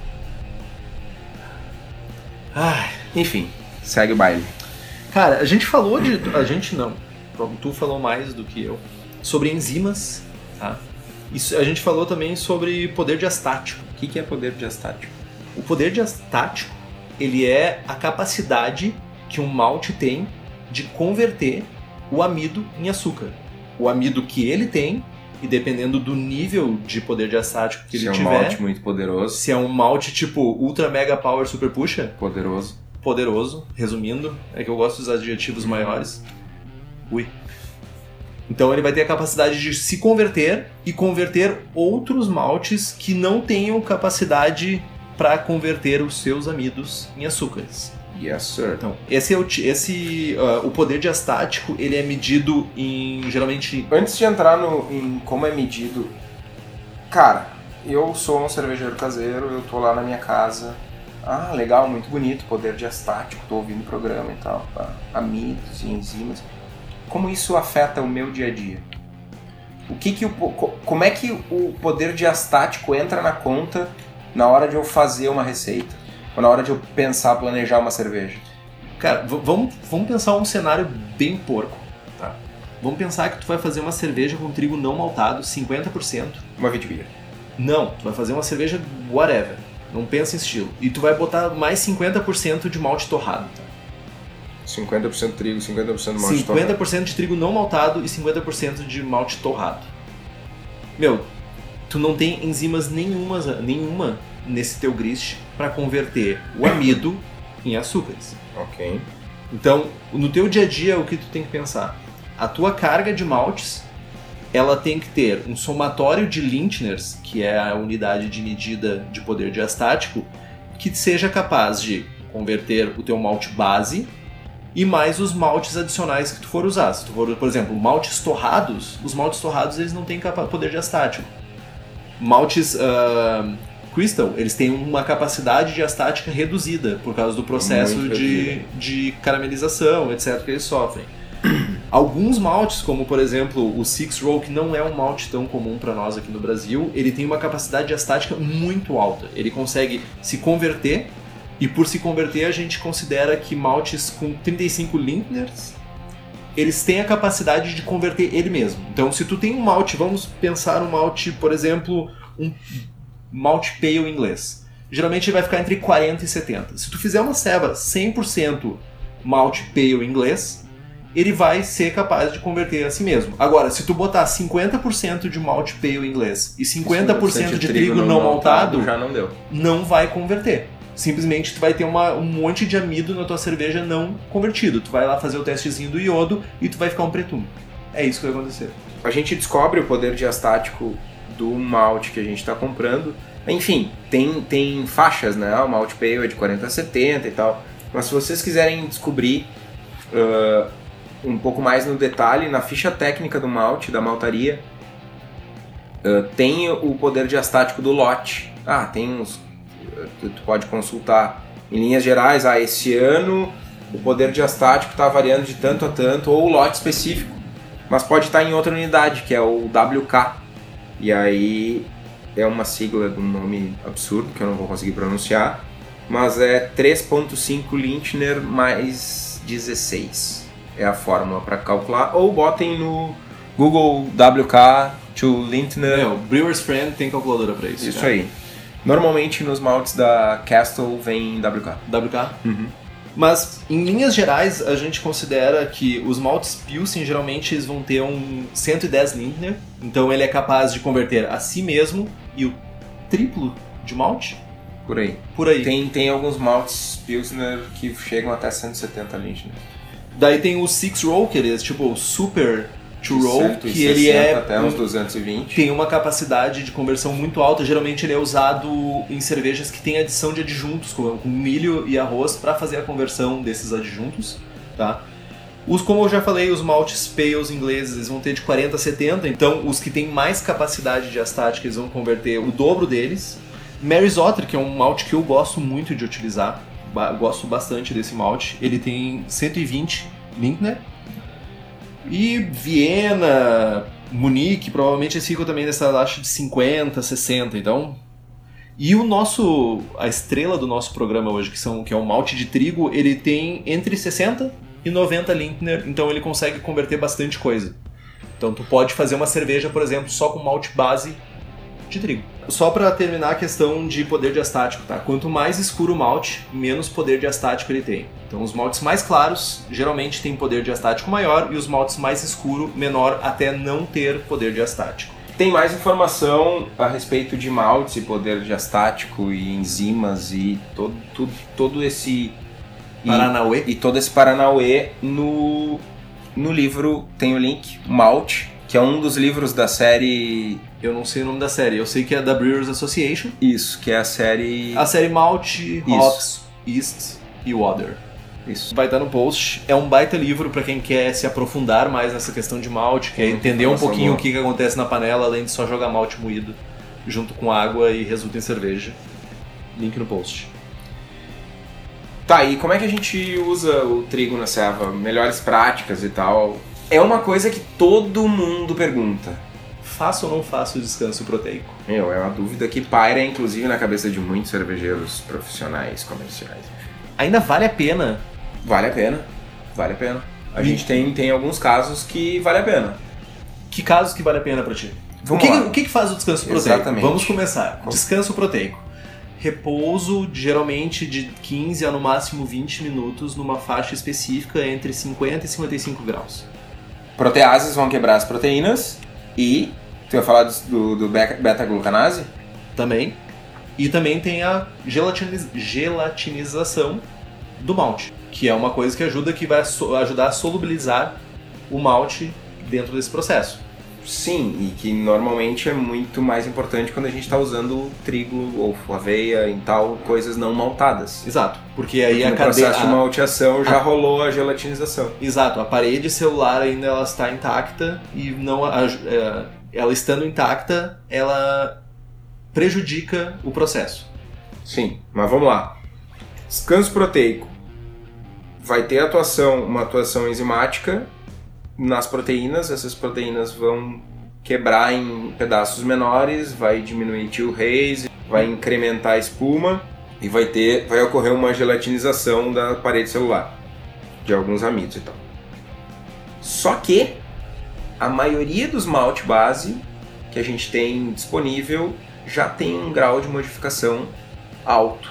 Ai. Enfim, segue o baile. Cara, a gente falou de... A gente não. Tu falou mais do que eu. Sobre enzimas, tá? Isso, a gente falou também sobre poder diastático. O que, que é poder diastático? O poder diastático, ele é a capacidade que um malte tem de converter o amido em açúcar. O amido que ele tem, e dependendo do nível de poder diastático que se ele é um tiver... malte muito poderoso. Se é um malte tipo Ultra Mega Power Super Puxa... Poderoso. Poderoso, resumindo. É que eu gosto dos adjetivos maiores. Ui. Então ele vai ter a capacidade de se converter e converter outros maltes que não tenham capacidade para converter os seus amidos em açúcares. Yes, sir. Então, esse é o, esse, uh, o poder diastático, ele é medido em, geralmente... Antes de entrar no, em como é medido, cara, eu sou um cervejeiro caseiro, eu tô lá na minha casa, ah, legal, muito bonito, poder diastático, tô ouvindo o programa e tal, tá? Amidos e enzimas. Como isso afeta o meu dia a dia? O que que o, como é que o poder diastático entra na conta na hora de eu fazer uma receita? Ou na hora de eu pensar, planejar uma cerveja? Cara, v- vamos, vamos pensar um cenário bem porco, tá? Vamos pensar que tu vai fazer uma cerveja com trigo não maltado, cinquenta por cento. Uma Witbier. Não, tu vai fazer uma cerveja whatever. Não pensa em estilo. E tu vai botar mais cinquenta por cento de malte torrado. Tá? cinquenta por cento trigo, cinquenta por cento malte torrado. cinquenta por cento de trigo não maltado e cinquenta por cento de malte torrado. Meu, tu não tem enzimas nenhuma, nenhuma nesse teu grist para converter o amido em açúcares. Ok. Então, no teu dia a dia, o que tu tem que pensar? A tua carga de maltes, ela tem que ter um somatório de Lintners, que é a unidade de medida de poder diastático, que seja capaz de converter o teu malte base e mais os maltes adicionais que tu for usar. Se tu for, por exemplo, maltes torrados, os maltes torrados eles não têm capa- poder diastático. Maltes uh, Crystal, eles têm uma capacidade diastática reduzida por causa do processo Muito de, de caramelização, etcétera, que eles sofrem. Alguns maltes, como por exemplo o Six Row, que não é um malte tão comum para nós aqui no Brasil, ele tem uma capacidade diastática muito alta. Ele consegue se converter, e por se converter a gente considera que maltes com trinta e cinco Lintners, eles têm a capacidade de converter ele mesmo. Então se tu tem um malte, vamos pensar um malte, por exemplo, um malte pale inglês. Geralmente ele vai ficar entre quarenta e setenta. Se tu fizer uma ceva cem por cento malte pale inglês, ele vai ser capaz de converter a si mesmo. Agora, se tu botar cinquenta por cento de malte pale inglês e cinquenta por cento de trigo não maltado, já não deu. não vai converter. Simplesmente tu vai ter uma, um monte de amido na tua cerveja não convertido. Tu vai lá fazer o testezinho do iodo e tu vai ficar um pretume. É isso que vai acontecer. A gente descobre o poder diastático do malte que a gente está comprando. Enfim, tem, tem faixas, né? O malte pale é de quarenta a setenta e tal. Mas se vocês quiserem descobrir uh, um pouco mais no detalhe, na ficha técnica do malte, da maltaria, uh, tem o poder diastático do lote. Ah, tem uns... Tu, tu pode consultar em linhas gerais, ah, esse ano o poder diastático está variando de tanto a tanto, ou o lote específico. Mas pode estar em outra unidade, que é o W K. E aí é uma sigla de um nome absurdo, que eu não vou conseguir pronunciar. Mas é três ponto cinco Lintner mais dezesseis. É a fórmula para calcular. Ou botem no Google W K to Lintner. Meu, Brewer's Friend tem calculadora para isso. Isso cara. aí. Normalmente nos maltes da Castle vem W K. W K? Uhum. Mas, em linhas gerais, a gente considera que os maltes Pilsen, geralmente, eles vão ter um cento e dez Lintner. Então, ele é capaz de converter a si mesmo e o triplo de malte. Por aí. Por aí. Tem, tem alguns maltes Pilsner que chegam até cento e setenta Lintner. Daí tem o Six Row, que ele é tipo o Super Two Row, que ele é... até uns duzentos e vinte. Tem uma capacidade de conversão muito alta. Geralmente ele é usado em cervejas que tem adição de adjuntos, com, com milho e arroz, para fazer a conversão desses adjuntos, tá? Os, como eu já falei, os maltes pales ingleses eles vão ter de quarenta a setenta, então os que têm mais capacidade diastática eles vão converter o dobro deles. Mary's Otter, que é um malte que eu gosto muito de utilizar, ba- gosto bastante desse malte. Ele tem cento e vinte Lindner. E Viena, Munique, provavelmente eles ficam também nessa taxa de cinquenta, sessenta, então... E o nosso, a estrela do nosso programa hoje, que, são, que é o malte de trigo, ele tem entre sessenta e noventa Lindner, então ele consegue converter bastante coisa. Então tu pode fazer uma cerveja, por exemplo, só com malte base de trigo. Só para terminar a questão de poder diastático, tá? Quanto mais escuro o malte, menos poder diastático ele tem. Então os maltes mais claros geralmente têm poder diastático maior e os maltes mais escuros menor até não ter poder diastático. Tem mais informação a respeito de maltes e poder diastático e enzimas e todo, tudo, todo esse... Paranauê. E, e todo esse Paranauê no, no livro, tem o link, Malt, que é um dos livros da série... Eu não sei o nome da série, eu sei que é da Brewers Association. Isso, que é a série... A série Malt, Hops, Yeast e Water. Isso. Vai estar no post. É um baita livro para quem quer se aprofundar mais nessa questão de malte, quer entender um pouquinho boa. o que, que acontece na panela, além de só jogar malte moído junto com água e resulta em cerveja. Link no post. Tá, e como é que a gente usa o trigo na ceva? Melhores práticas e tal. É uma coisa que todo mundo pergunta. Faço ou não faço o descanso proteico? Meu, é uma dúvida que paira, inclusive, na cabeça de muitos cervejeiros profissionais, comerciais. Ainda vale a pena? Vale a pena, vale a pena. A e... gente tem, tem alguns casos que vale a pena. Que casos que vale a pena pra ti? Vamos o, que, lá. o que faz o descanso proteico? Exatamente. Vamos começar. Descanso proteico. Repouso, geralmente de quinze a no máximo vinte minutos, numa faixa específica entre cinquenta e cinquenta e cinco graus. Proteases vão quebrar as proteínas e... Tu ia falar do, do beta-glucanase? Também. E também tem a gelatiniz, gelatinização do malte, que é uma coisa que ajuda que vai so, ajudar a solubilizar o malte dentro desse processo. Sim, e que normalmente é muito mais importante quando a gente está usando trigo ou aveia e tal, coisas não maltadas. Exato, porque aí porque a no cadeia... processo de malteação já a, rolou a gelatinização. Exato, a parede celular ainda ela está intacta e não a, a, ela estando intacta, ela prejudica o processo. Sim, mas vamos lá. Descanso proteico vai ter atuação, uma atuação enzimática nas proteínas. Essas proteínas vão quebrar em pedaços menores, vai diminuir Till Haze, vai incrementar a espuma e vai ter, vai ocorrer uma gelatinização da parede celular de alguns amidos e tal. Só que a maioria dos malte base que a gente tem disponível já tem um grau de modificação alto.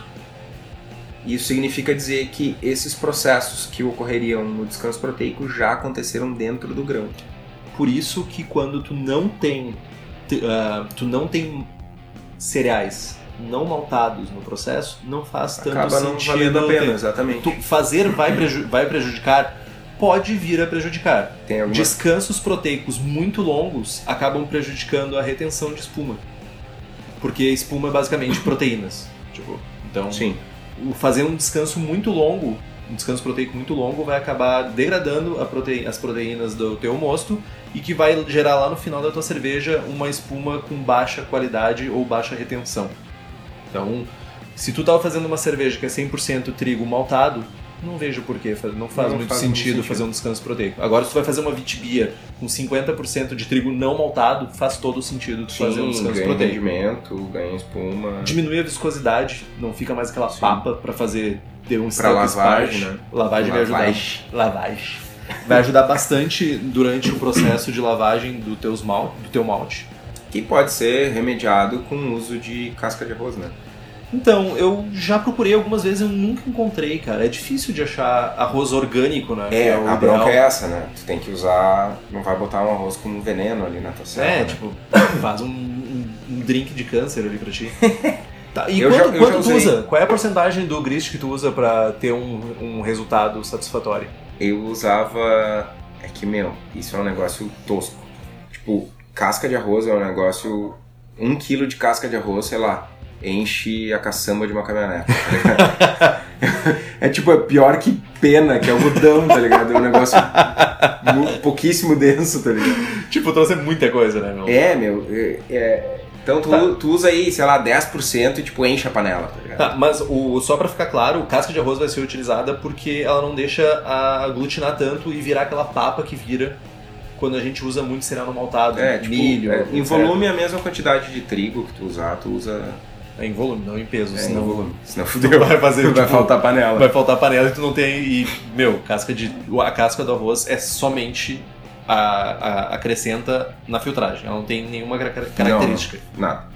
Isso significa dizer que esses processos que ocorreriam no descanso proteico já aconteceram dentro do grão. Por isso que quando tu não tem uh, tu não tem cereais não maltados no processo, não faz tanto Acaba sentido. não valendo a pena, ter, exatamente. Tu fazer vai, preju- vai prejudicar? Pode vir a prejudicar. Tem alguma... Descansos proteicos muito longos acabam prejudicando a retenção de espuma. Porque a espuma é basicamente proteínas. Tipo, então, sim. Fazer um descanso muito longo, um descanso proteico muito longo, vai acabar degradando a prote... as proteínas do teu mosto e que vai gerar lá no final da tua cerveja uma espuma com baixa qualidade ou baixa retenção. Então, se tu tá fazendo uma cerveja que é cem por cento trigo maltado, não vejo porquê, não faz não muito faz sentido, sentido fazer um descanso proteico. Agora, se tu vai fazer uma Vitibia com cinquenta por cento de trigo não maltado, faz todo sentido tu Sim, fazer um descanso ganha proteico. rendimento, ganha espuma. Diminui a viscosidade, não fica mais aquela Sim. papa pra fazer ter um pra lavagem, sparge. né? Lavagem vai ajudar. Lavagem. Lavagem. Vai ajudar bastante durante o processo de lavagem do, teus mal, do teu malte. Que pode ser remediado com o uso de casca de arroz, né? Então, eu já procurei algumas vezes, eu nunca encontrei, cara. É difícil de achar arroz orgânico, né? É, é o a ideal. bronca é essa, né? Tu tem que usar... Não vai botar um arroz com veneno ali na tua cela. É, né? tipo, faz um, um, um drink de câncer ali pra ti. Tá, e Eu quanto, já- eu quanto já tu usei. usa? Qual é a porcentagem do grist que tu usa pra ter um, um resultado satisfatório? Eu usava... É que, meu, isso é um negócio tosco. Tipo, casca de arroz é um negócio... Um quilo de casca de arroz, sei lá, enche a caçamba de uma caminhonete, tá ligado? É tipo, é pior que pena, que algodão, tá ligado? É um negócio mu- pouquíssimo denso, tá ligado? Tipo, trouxe muita coisa, né, meu? É, meu, é, é- Então tu, Tá. tu usa aí, sei lá, dez por cento e tipo enche a panela, tá ligado? Tá, mas o, só pra ficar claro, o casca de arroz vai ser utilizada porque ela não deixa a aglutinar tanto e virar aquela papa que vira quando a gente usa muito cereal não maltado, É, tipo, milho. é, em etcétera. volume a mesma quantidade de trigo que tu usar, tu usa É em volume, não em peso, é, em senão volume. Senão fudeu. vai fazer, vai tipo, faltar panela. vai faltar panela e tu não tem. E, meu, casca de, a casca do arroz é somente a, a, acrescenta na filtragem, ela não tem nenhuma car- característica. Não, nada.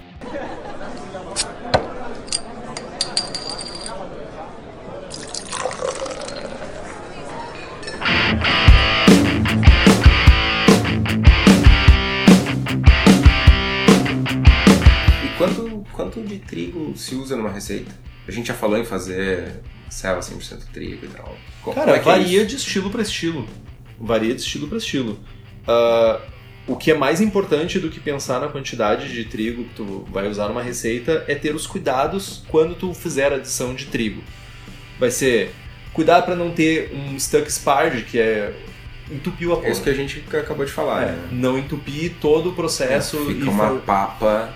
E quanto, quanto de trigo se usa numa receita? A gente já falou em fazer ceva cem por cento trigo e tal. Como Cara, é que é varia isso? de estilo para estilo. Varia de estilo para estilo. Ah, o que é mais importante do que pensar na quantidade de trigo que tu vai usar numa receita é ter os cuidados quando tu fizer a adição de trigo. Vai ser cuidar para não ter um stuck sparge, que é entupir o É isso apoio. que a gente acabou de falar, É, né? não entupir todo o processo Fica e uma for- papa.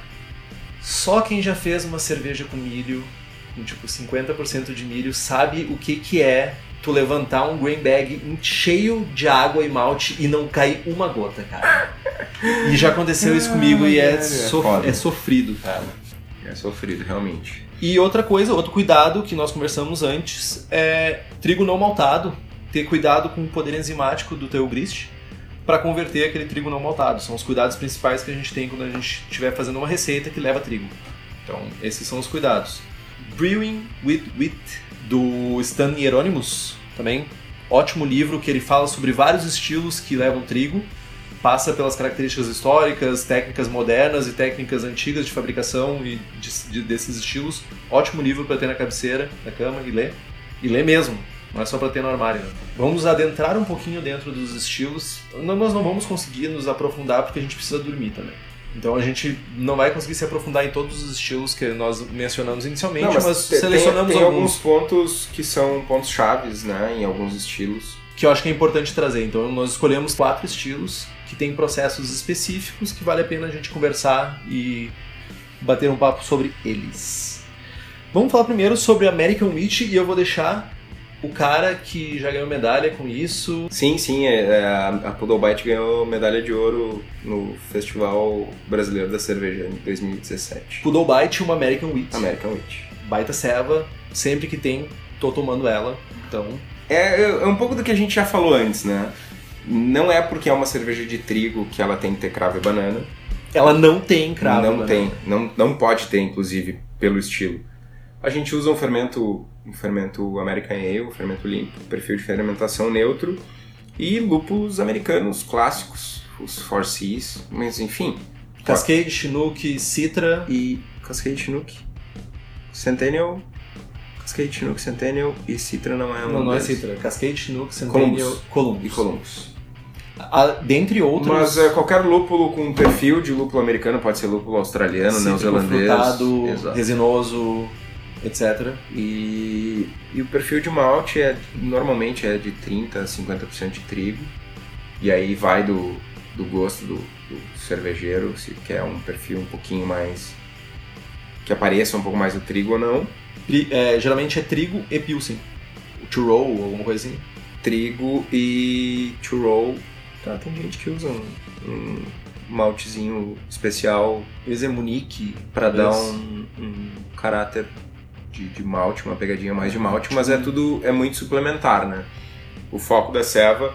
Só quem já fez uma cerveja com milho, com tipo cinquenta por cento de milho, sabe o que que é tu levantar um grain bag cheio de água e malte e não cair uma gota, cara. E já aconteceu isso comigo e é, É sof- foda. é sofrido, cara. É sofrido, realmente. E outra coisa, outro cuidado que nós conversamos antes é trigo não maltado. Ter cuidado com o poder enzimático do teu grist para converter aquele trigo não maltado. São os cuidados principais que a gente tem quando a gente estiver fazendo uma receita que leva trigo. Então, esses são os cuidados. Brewing with Wheat, do Stan Hieronymus, também. Ótimo livro que ele fala sobre vários estilos que levam trigo. Passa pelas características históricas, técnicas modernas e técnicas antigas de fabricação e de, de, desses estilos. Ótimo livro para ter na cabeceira da cama e ler. E ler mesmo. Não é só para ter no armário, né? Vamos adentrar um pouquinho dentro dos estilos. Não, nós não vamos conseguir nos aprofundar porque a gente precisa dormir também. Então a gente não vai conseguir se aprofundar em todos os estilos que nós mencionamos inicialmente, Não, mas, mas te- selecionamos tem, tem alguns alguns pontos que são pontos chaves, né, em alguns estilos. que eu acho que é importante trazer. Então nós escolhemos quatro estilos que têm processos específicos que vale a pena a gente conversar e bater um papo sobre eles. Vamos falar primeiro sobre American Wheat e eu vou deixar o cara que já ganhou medalha com isso. Sim, sim, é, é, a Poodle Bite ganhou medalha de ouro no Festival Brasileiro da Cerveja em dois mil e dezessete. Poodle Bite, uma American Wheat. American Wheat. Baita ceva, sempre que tem, tô tomando ela. Então, É, é um pouco do que a gente já falou antes, né? Não é porque é uma cerveja de trigo que ela tem que ter cravo e banana. ela não tem cravo. não né? tem, não, não pode ter, inclusive, pelo estilo. A gente usa um fermento, um fermento American Ale, um fermento limpo, perfil de fermentação neutro e lúpulos americanos clássicos, os Four Seas, mas enfim. Cascade, Chinook, Citra. E Cascade Chinook, Centennial, Cascade Chinook, Centennial e Citra não é um Não, não é deles. Citra. Cascade, Chinook, Centennial, Columbus. Columbus. E Columbus. A, dentre outros. Mas é, qualquer lúpulo com perfil de lúpulo americano, pode ser lúpulo australiano, cítrico, neozelandês. frutado, Exato. resinoso, etcétera. E, e o perfil de malte é, normalmente é de trinta a cinquenta por cento de trigo. E aí vai do, do gosto do, do cervejeiro, se quer um perfil um pouquinho mais... que apareça um pouco mais o trigo ou não. Pri- é, geralmente é trigo e pilsen. O to roll ou alguma coisa assim. Trigo e to roll. Tá, tem gente que usa um, um maltezinho especial Às vezes é Munique. para dar talvez. um, um caráter de, de malte, uma pegadinha mais de malte, mas é tudo é muito suplementar, né? O foco da ceva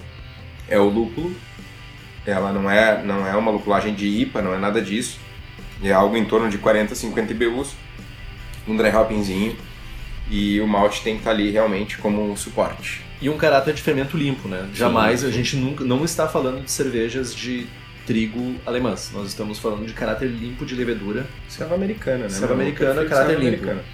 é o lúpulo. Ela não é, não é uma lupulagem de I P A, não é nada disso. É algo em torno de quarenta, cinquenta I B Us, um dry hoppingzinho, e o malte tem que estar ali realmente como um suporte. E um caráter de fermento limpo, né? Jamais, sim. a gente nunca, não está falando de cervejas de trigo alemãs. Nós estamos falando de caráter limpo de levedura. Ceva americana, né? Ceva Não, americana, perfil de caráter ceva limpo. americana.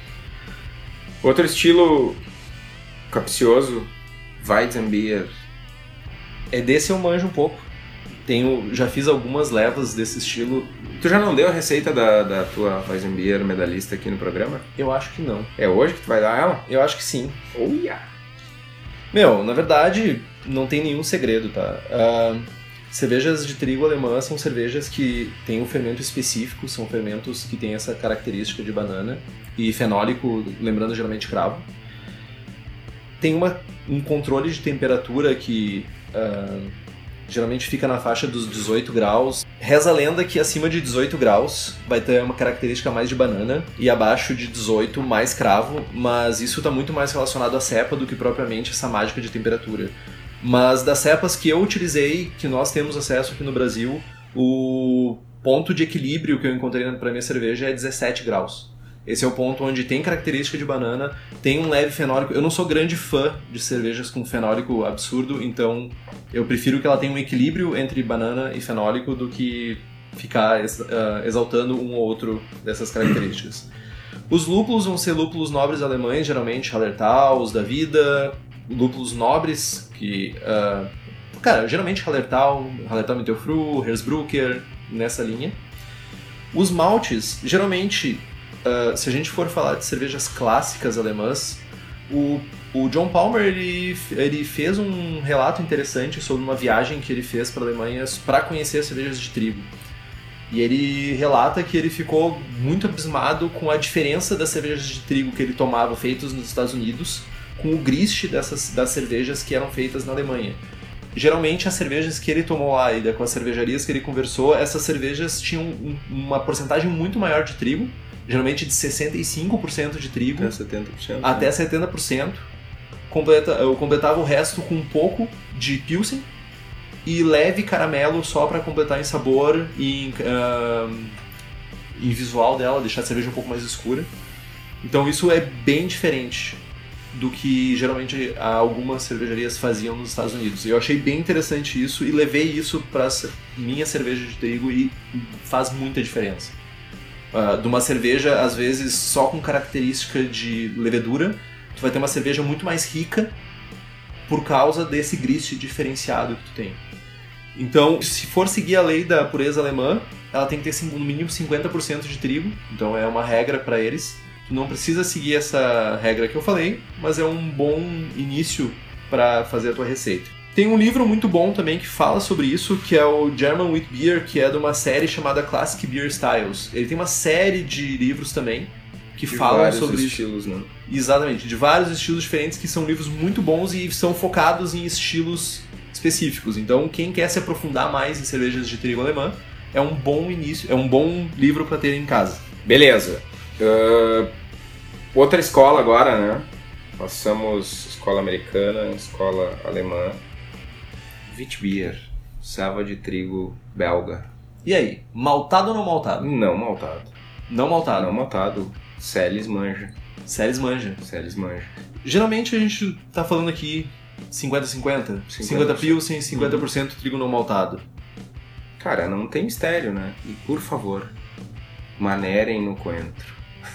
Outro estilo capcioso, Weizenbier. É desse eu manjo um pouco. Tenho, já fiz algumas levas desse estilo. Tu já não deu a receita da, da tua Weizenbier medalhista aqui no programa? Eu acho que não. É hoje que tu vai dar ela? Eu acho que sim. Oh, yeah. Meu, na verdade, não tem nenhum segredo, tá? Ah, Cervejas de trigo alemã são cervejas que têm um fermento específico, são fermentos que têm essa característica de banana e fenólico, lembrando geralmente cravo. Tem uma, um controle de temperatura que uh, geralmente fica na faixa dos dezoito graus. Reza a lenda que acima de dezoito graus vai ter uma característica mais de banana e abaixo de dezoito mais cravo, mas isso está muito mais relacionado à cepa do que propriamente essa mágica de temperatura. Mas das cepas que eu utilizei, que nós temos acesso aqui no Brasil, o ponto de equilíbrio que eu encontrei para minha cerveja é dezessete graus. Esse é o ponto onde tem característica de banana, tem um leve fenólico. Eu não sou grande fã de cervejas com fenólico absurdo, então eu prefiro que ela tenha um equilíbrio entre banana e fenólico do que ficar exaltando um ou outro dessas características. Os lúpulos vão ser lúpulos nobres alemães, geralmente Hallertaus da vida, lúpulos nobres, que, uh, cara, geralmente Hallertau, Hallertau Mittelfrüh, Hersbrucker, nessa linha. Os maltes, geralmente, uh, se a gente for falar de cervejas clássicas alemãs, o, o John Palmer, ele, ele fez um relato interessante sobre uma viagem que ele fez para a Alemanha para conhecer as cervejas de trigo. E ele relata que ele ficou muito abismado com a diferença das cervejas de trigo que ele tomava feitas nos Estados Unidos com o grist dessas, das cervejas que eram feitas na Alemanha. Geralmente as cervejas que ele tomou lá e com as cervejarias que ele conversou, essas cervejas tinham um, uma porcentagem muito maior de trigo, geralmente de sessenta e cinco por cento de trigo. Até setenta por cento. Até né? setenta por cento. Completa, eu completava o resto com um pouco de Pilsen e leve caramelo só para completar em sabor e em, uh, em visual dela, deixar a cerveja um pouco mais escura. Então isso é bem diferente do que geralmente algumas cervejarias faziam nos Estados Unidos. Eu achei bem interessante isso e levei isso para minha cerveja de trigo e faz muita diferença. Uh, de uma cerveja, às vezes, só com característica de levedura, tu vai ter uma cerveja muito mais rica por causa desse grist diferenciado que tu tem. Então, se for seguir a lei da pureza alemã, ela tem que ter no mínimo cinquenta por cento de trigo, então é uma regra para eles. Tu não precisa seguir essa regra que eu falei, mas é um bom início para fazer a tua receita. Tem um livro muito bom também que fala sobre isso, que é o German Wheat Beer, que é de uma série chamada Classic Beer Styles. Ele tem uma série de livros também que de falam sobre vários estilos, né? Exatamente, de vários estilos diferentes, que são livros muito bons e são focados em estilos específicos. Então, quem quer se aprofundar mais em cervejas de trigo alemã, é um bom início, é um bom livro para ter em casa. Beleza. Uh, outra escola agora, né? Passamos escola americana, escola alemã. Witbier, selva de trigo belga. E aí, maltado ou não maltado? Não maltado. Não maltado? Não maltado. Celes manja. Celes manja. Celes manja. Geralmente a gente tá falando aqui cinquenta a cinquenta? cinquenta Pilsen, cinquenta por cento trigo não maltado. Cara, não tem mistério, né? E por favor, manerem no coentro.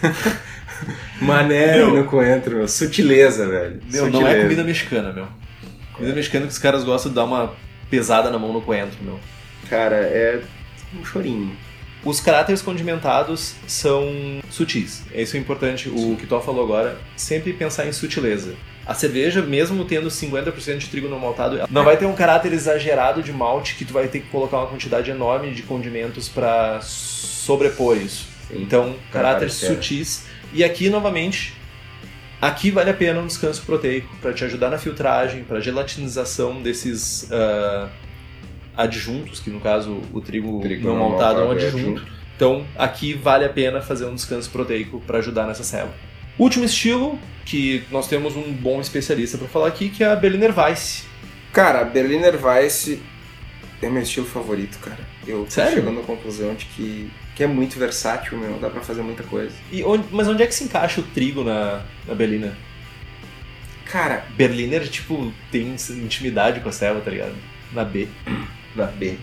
Manerem no coentro, meu. Sutileza, velho. Meu, Sutileza. Não é comida mexicana, meu. Comida mexicana que os caras gostam de dar uma pesada na mão no coentro, meu. Cara, é um chorinho. Os caráteres condimentados são sutis. Isso é importante, o que tu falou agora, sempre pensar em sutileza. A cerveja, mesmo tendo cinquenta por cento de trigo não maltado, não vai ter um caráter exagerado de malte que tu vai ter que colocar uma quantidade enorme de condimentos para sobrepor isso. Sim, então, caráter sutis. E aqui, novamente, aqui vale a pena um descanso proteico para te ajudar na filtragem, para gelatinização desses uh, adjuntos, que no caso o trigo, trigo não, não maltado é um adjunto. É adjunto. Então, aqui vale a pena fazer um descanso proteico para ajudar nessa selva. Último estilo, que nós temos um bom especialista para falar aqui, que é a Berliner Weisse. Cara, a Berliner Weisse é meu estilo favorito, cara. Eu tô Sério? chegando à conclusão de que, que é muito versátil, meu. Dá pra fazer muita coisa. E onde, mas onde é que se encaixa o trigo na, na Berliner? Cara... Berliner, tipo, tem intimidade com a selva, tá ligado? Na B. Na B.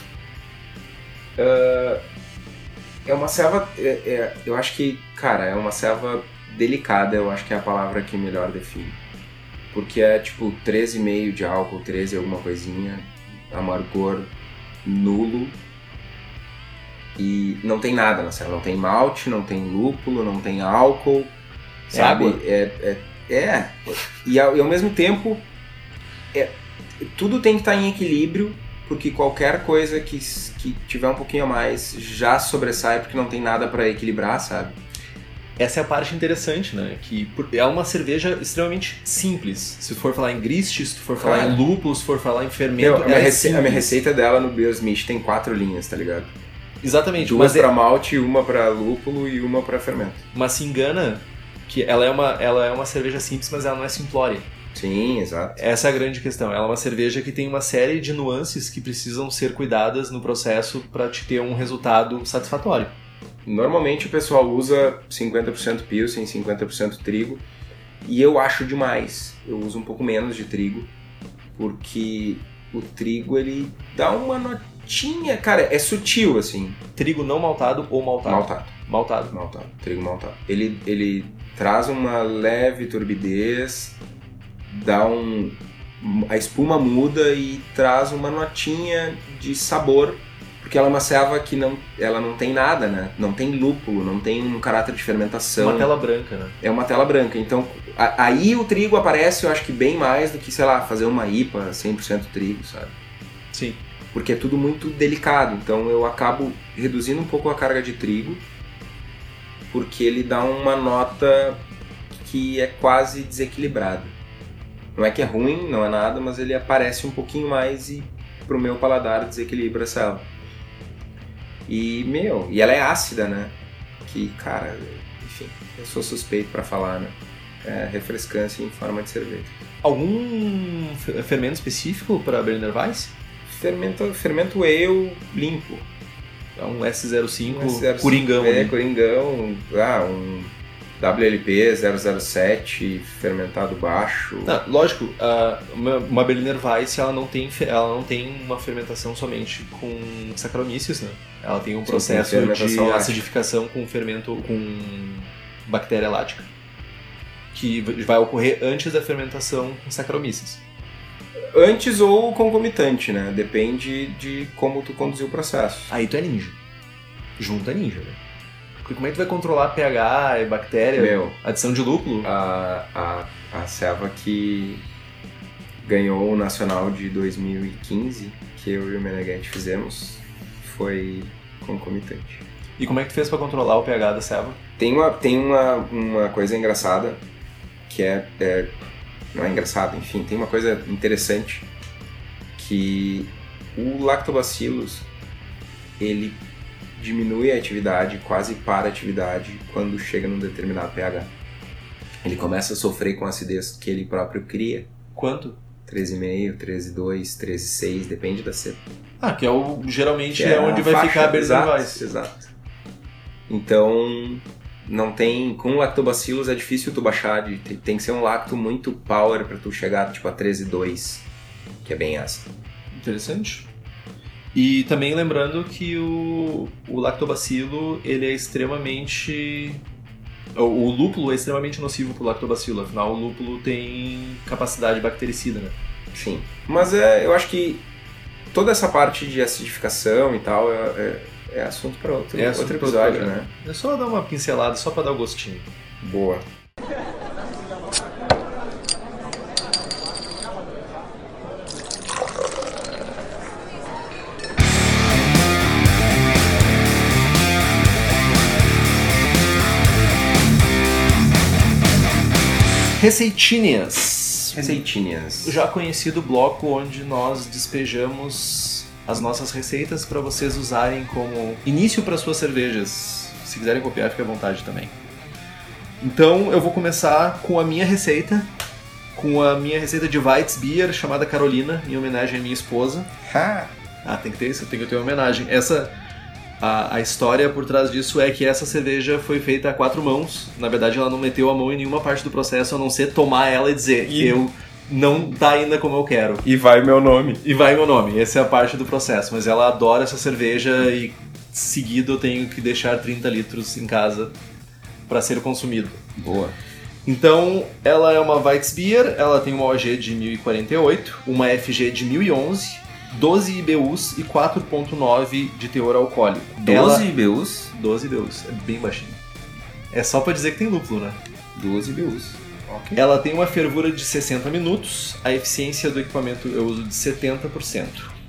uh, é uma selva... É, é, eu acho que, cara, é uma selva delicada, eu acho que é a palavra que melhor define. Porque é, tipo, treze vírgula cinco de álcool, treze alguma coisinha, amargor nulo. E não tem nada na selva. Não tem malte, não tem lúpulo, não tem álcool, sabe? É, é, é, é. E, ao, e ao mesmo tempo, é, tudo tem que estar em equilíbrio, porque qualquer coisa que, que tiver um pouquinho a mais já sobressai porque não tem nada pra equilibrar, sabe? Essa é a parte interessante, né? Que é uma cerveja extremamente simples. Se tu for falar em grist, se tu for falar Cara. em lúpulo, se for falar em fermento, Meu, a, minha é rece- a minha simples. receita dela no Beersmith tem quatro linhas, tá ligado? Exatamente. Duas Mas, pra é, malte, uma pra lúpulo e uma pra fermento. mas se engana que ela é, uma, ela é uma cerveja simples, mas ela não é simplória. Sim, exato. Essa é a grande questão. Ela é uma cerveja que tem uma série de nuances que precisam ser cuidadas no processo para te ter um resultado satisfatório. Normalmente o pessoal usa cinquenta por cento Pilsen, cinquenta por cento trigo, e eu acho demais. Eu uso um pouco menos de trigo, porque o trigo ele dá uma notinha, cara, é sutil assim. Trigo não maltado ou maltado? Maltado, Maltado. maltado, trigo maltado. Ele, ele traz uma leve turbidez, dá um... a espuma muda e traz uma notinha de sabor, porque ela é uma ceva que não, ela não tem nada, né? Não tem lúpulo, não tem um caráter de fermentação. Uma tela branca, né? É uma tela branca. Então, a, aí o trigo aparece, eu acho que bem mais do que, sei lá, fazer uma I P A cem por cento trigo, sabe? Sim. Porque é tudo muito delicado. Então, eu acabo reduzindo um pouco a carga de trigo, porque ele dá uma nota que é quase desequilibrada. Não é que é ruim, não é nada, mas ele aparece um pouquinho mais e pro meu paladar desequilibra essa ela. E, meu, e ela é ácida, né? Que, cara, enfim, eu sou suspeito pra falar, né? É refrescância em forma de cerveja. Algum fe- fermento específico para Berliner Weiss? Fermento, fermento ale limpo. É um S zero cinco, Um S zero cinco, Coringão. É, né? Coringão, ah, um W L P zero zero sete, fermentado baixo. Não, lógico, a- uma, uma Berliner Weiss ela não, tem, fe- ela não tem uma fermentação somente com Saccharomyces, né? Ela tem um Sim, processo tem fermentação de lática. acidificação com fermento com bactéria lática, que vai ocorrer antes da fermentação com Saccharomyces. Antes ou concomitante, né? Depende de como tu conduziu o processo. Aí tu é ninja. Junto é ninja, né? Porque como é que tu vai controlar pH, bactéria, Meu, adição de lúpulo? a, a, a ceva que ganhou o Nacional de dois mil e quinze, que eu e o Meneghetti fizemos, foi concomitante. E como é que tu fez pra controlar o pH da ceva? Tem uma, tem uma, uma coisa engraçada, que é, é... Não é engraçado, enfim, tem uma coisa interessante, que o Lactobacillus, ele diminui a atividade, quase para a atividade, quando chega num determinado pH. Ele começa a sofrer com a acidez que ele próprio cria. Quanto? treze vírgula cinco, treze vírgula dois, treze vírgula seis, depende da cepa. Ah, que é o, geralmente Que é, a onde vai faixa, ficar a Berliner exato, Weiss. Exato. Então, não tem... Com lactobacillus é difícil tu baixar, de, tem, tem que ser um lacto muito power pra tu chegar tipo a treze vírgula dois, que é bem ácido. Interessante. E também lembrando que o, o lactobacilo, ele é extremamente... O, o lúpulo é extremamente nocivo pro lactobacilo, afinal o lúpulo tem capacidade bactericida, né? Sim. Mas é, eu acho que toda essa parte de acidificação e tal é, é, é assunto para outro, É assunto outro pra episódio, outro né? É só dar uma pincelada, só pra dar o gostinho. Boa. Receitinhas. Receitinhas. Já conhecido bloco onde nós despejamos as nossas receitas para vocês usarem como início para suas cervejas. Se quiserem copiar, fique à vontade também. Então eu vou começar com a minha receita, com a minha receita de Weizbier chamada Carolina, em homenagem à minha esposa. Ha! Ah, tem que ter isso, tem que ter uma homenagem. Essa, a, a história por trás disso é que essa cerveja foi feita a quatro mãos. Na verdade, ela não meteu a mão em nenhuma parte do processo, a não ser tomar ela e dizer E- eu não tá ainda como eu quero. E vai meu nome. E vai meu nome, essa é a parte do processo. Mas ela adora essa cerveja e seguido eu tenho que deixar trinta litros em casa para ser consumido. Boa. Então, ela é uma Weizbier, ela tem uma O G de mil e quarenta e oito, uma F G de mil e onze, doze I B Us e quatro vírgula nove de teor alcoólico. doze I B Us. Ela... doze I B Us, é bem baixinho. É só pra dizer que tem lúpulo, né? doze I B Us. Ok. Ela tem uma fervura de sessenta minutos, a eficiência do equipamento eu uso de setenta por cento.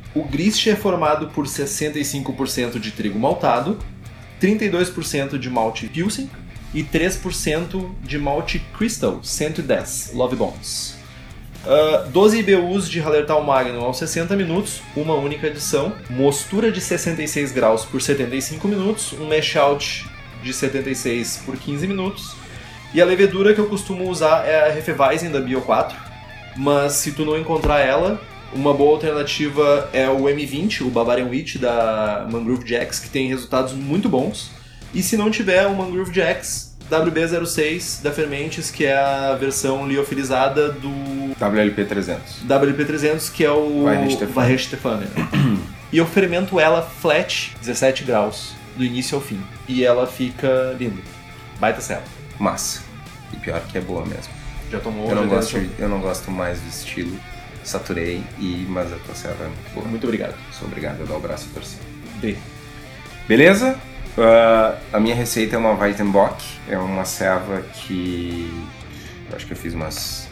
O grist é formado por sessenta e cinco por cento de trigo maltado, trinta e dois por cento de malte Pilsen e três por cento de malte Crystal cento e dez, Love Bombs. Uh, doze I B Us de Hallertau Magnum aos sessenta minutos, uma única adição, mostura de sessenta e seis graus por setenta e cinco minutos, um mash out de setenta e seis por quinze minutos, e a levedura que eu costumo usar é a Hefeweizen da Bio quatro, mas se tu não encontrar ela, uma boa alternativa é o M vinte, o Bavarian Wheat da Mangrove Jacks, que tem resultados muito bons, e se não tiver o Mangrove Jacks, W B zero seis da Fermentes, que é a versão liofilizada do W L P trezentos. W L P trezentos, que é o Weihenstephaner. E eu fermento ela flat, dezessete graus, do início ao fim. E ela fica linda. Baita cela. Massa. E pior que é boa mesmo. Já tomou? Eu não, já gosto, deu... eu não gosto mais do estilo. Saturei, e, mas a tua cela é muito boa. Muito obrigado. Sou obrigado a dar o braço a torcer. B. Beleza? Uh, a minha receita é uma Weizenbock, é uma ceva que eu acho que eu fiz umas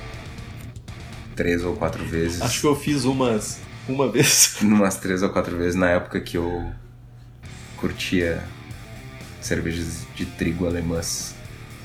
três ou quatro vezes. Acho que eu fiz umas uma vez. Umas três ou quatro vezes na época que eu curtia cervejas de trigo alemãs.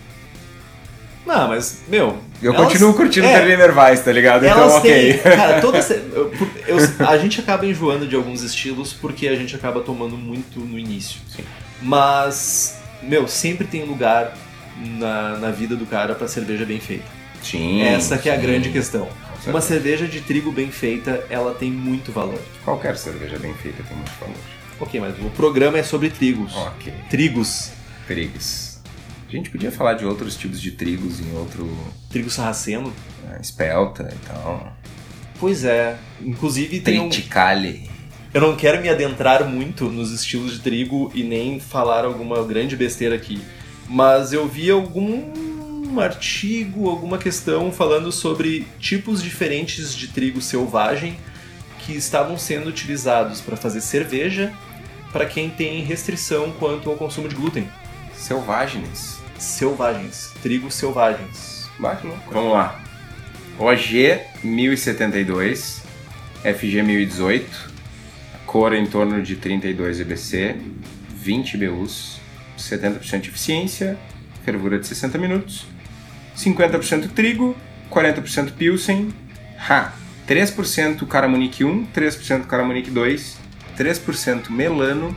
Não, mas, meu... Eu elas... continuo curtindo é, Berliner Weiss, tá ligado? Elas Então, ok. Têm, cara, todas... Eu, eu, a gente acaba enjoando de alguns estilos porque a gente acaba tomando muito no início. Sim. Mas, meu, sempre tem lugar na, na vida do cara pra cerveja bem feita. Sim. Essa que é a sim. grande questão. Uma cerveja de trigo bem feita, ela tem muito valor. Qualquer cerveja bem feita tem muito valor. Ok, mas o programa é sobre trigos. Ok. Trigos. Trigos. A gente podia falar de outros tipos de trigos em outro... Trigo sarraceno. É, espelta e tal. Pois é. Inclusive tem um... Triticale. Eu não quero me adentrar muito nos estilos de trigo e nem falar alguma grande besteira aqui. Mas eu vi algum artigo, alguma questão falando sobre tipos diferentes de trigo selvagem que estavam sendo utilizados para fazer cerveja para quem tem restrição quanto ao consumo de glúten. Selvagens. Selvagens. Trigos selvagens. Bate louco. Vamos lá. O G mil e setenta e dois, F G mil e dezoito, cor em torno de trinta e dois E B C, vinte I B Us, setenta por cento de eficiência, fervura de sessenta minutos, cinquenta por cento trigo, quarenta por cento Pilsen, ha, três por cento Caramunique um, três por cento Caramunique dois, três por cento Melano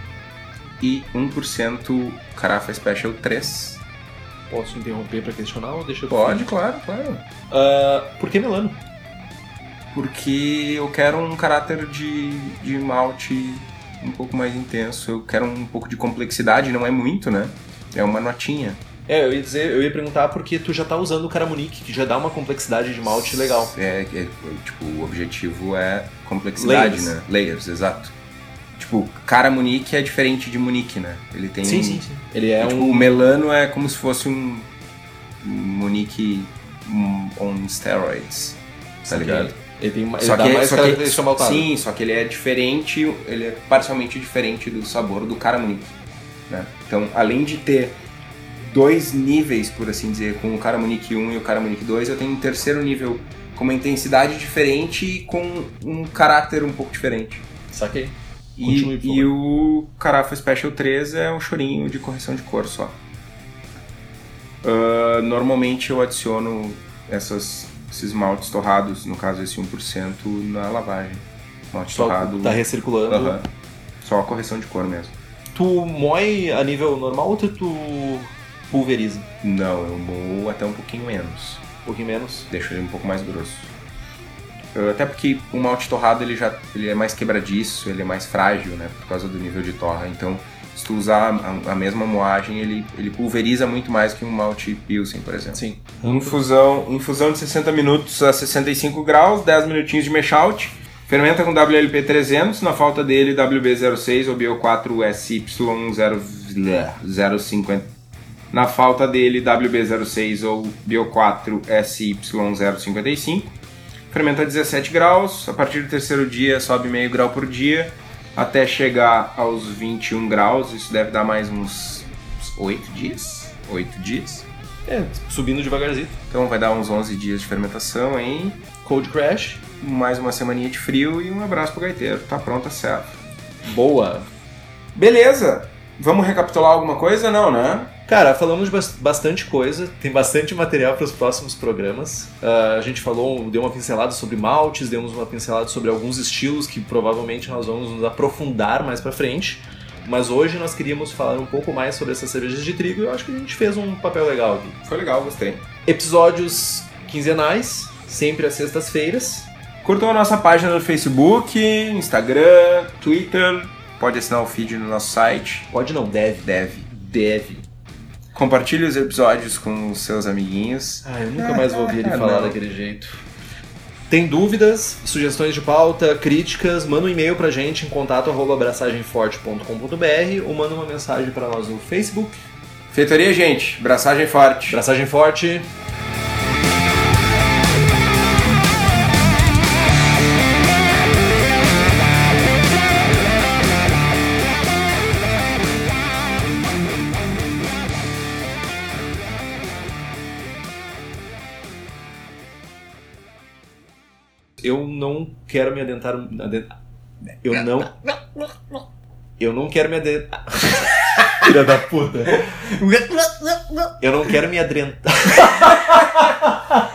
e um por cento Carafa Special três. Posso interromper para questionar ou deixa eu... Pode, claro, claro. Uh, por que melano? Porque eu quero um caráter de, de malte um pouco mais intenso, eu quero um pouco de complexidade, não é muito, né? É uma notinha. É, eu ia dizer, eu ia perguntar porque tu já tá usando o Caramunique, que já dá uma complexidade de malte legal. É, é tipo, o objetivo é complexidade, Layers. né? Layers, exato. Tipo, Caramunique é diferente de Munique, né? Ele tem... Sim, sim, sim. Ele é tipo, um... O Melano é como se fosse um Munique on steroids, tá ligado? Ele, tem uma, ele só dá que, mais só característica que, maltada. Sim, só que ele é diferente, ele é parcialmente diferente do sabor do Caramunique, né? Então, além de ter dois níveis, por assim dizer, com o Caramunique um e o Caramunique dois, eu tenho um terceiro nível com uma intensidade diferente e com um caráter um pouco diferente. Saquei. E, e o Carafa Special três é um chorinho de correção de cor só. Uh, normalmente eu adiciono essas, esses maltes torrados, no caso esse um por cento, na lavagem. Malte só torrado. Tá recirculando. Uh-huh. Só a correção de cor mesmo. Tu moe a nível normal ou tu, tu pulveriza? Não, eu moo até um pouquinho menos. Um pouquinho menos? Deixo ele um pouco mais grosso. Até porque o malte torrado ele já ele é mais quebradiço, ele é mais frágil, né, por causa do nível de torra. Então, se tu usar a, a mesma moagem, ele, ele pulveriza muito mais que um malte Pilsen, por exemplo. Sim. Infusão, infusão de sessenta minutos a sessenta e cinco graus, dez minutinhos de mash out. Fermenta com W L P trezentos, na falta dele W B zero seis ou Bio quatro S Y zero cinquenta. Na falta dele W B zero seis ou Bio quatro S Y zero cinquenta e cinco. Fermenta a dezessete graus, a partir do terceiro dia sobe meio grau por dia, até chegar aos vinte e um graus, isso deve dar mais uns oito dias? oito dias? É, subindo devagarzinho. Então vai dar uns onze dias de fermentação aí. Cold crash. mais uma semaninha de frio e um abraço pro gaiteiro. Tá pronto, tá certo. Boa! Beleza! Vamos recapitular alguma coisa? Não, né? Cara, falamos de bastante coisa, tem bastante material para os próximos programas. Uh, a gente falou, deu uma pincelada sobre maltes, demos uma pincelada sobre alguns estilos que provavelmente nós vamos nos aprofundar mais para frente. Mas hoje nós queríamos falar um pouco mais sobre essas cervejas de trigo e eu acho que a gente fez um papel legal aqui. Foi legal, gostei. Episódios quinzenais, sempre às sextas-feiras. Curtam a nossa página no Facebook, Instagram, Twitter. Pode assinar o feed no nosso site. Pode não, deve. Deve. Deve. Compartilhe os episódios com os seus amiguinhos. Ah, eu nunca mais vou ouvir ele ah, falar não. daquele jeito. Tem dúvidas, sugestões de pauta, críticas, manda um e-mail pra gente em contato arroba abraçagemforte ponto com ponto b r ou manda uma mensagem pra nós no Facebook. Feitoria, gente. Braçagem forte. Braçagem forte. Eu não quero me adentrar... Adent... Eu não... Eu não quero me adentrar... Filha da puta. Eu não quero me adentrar...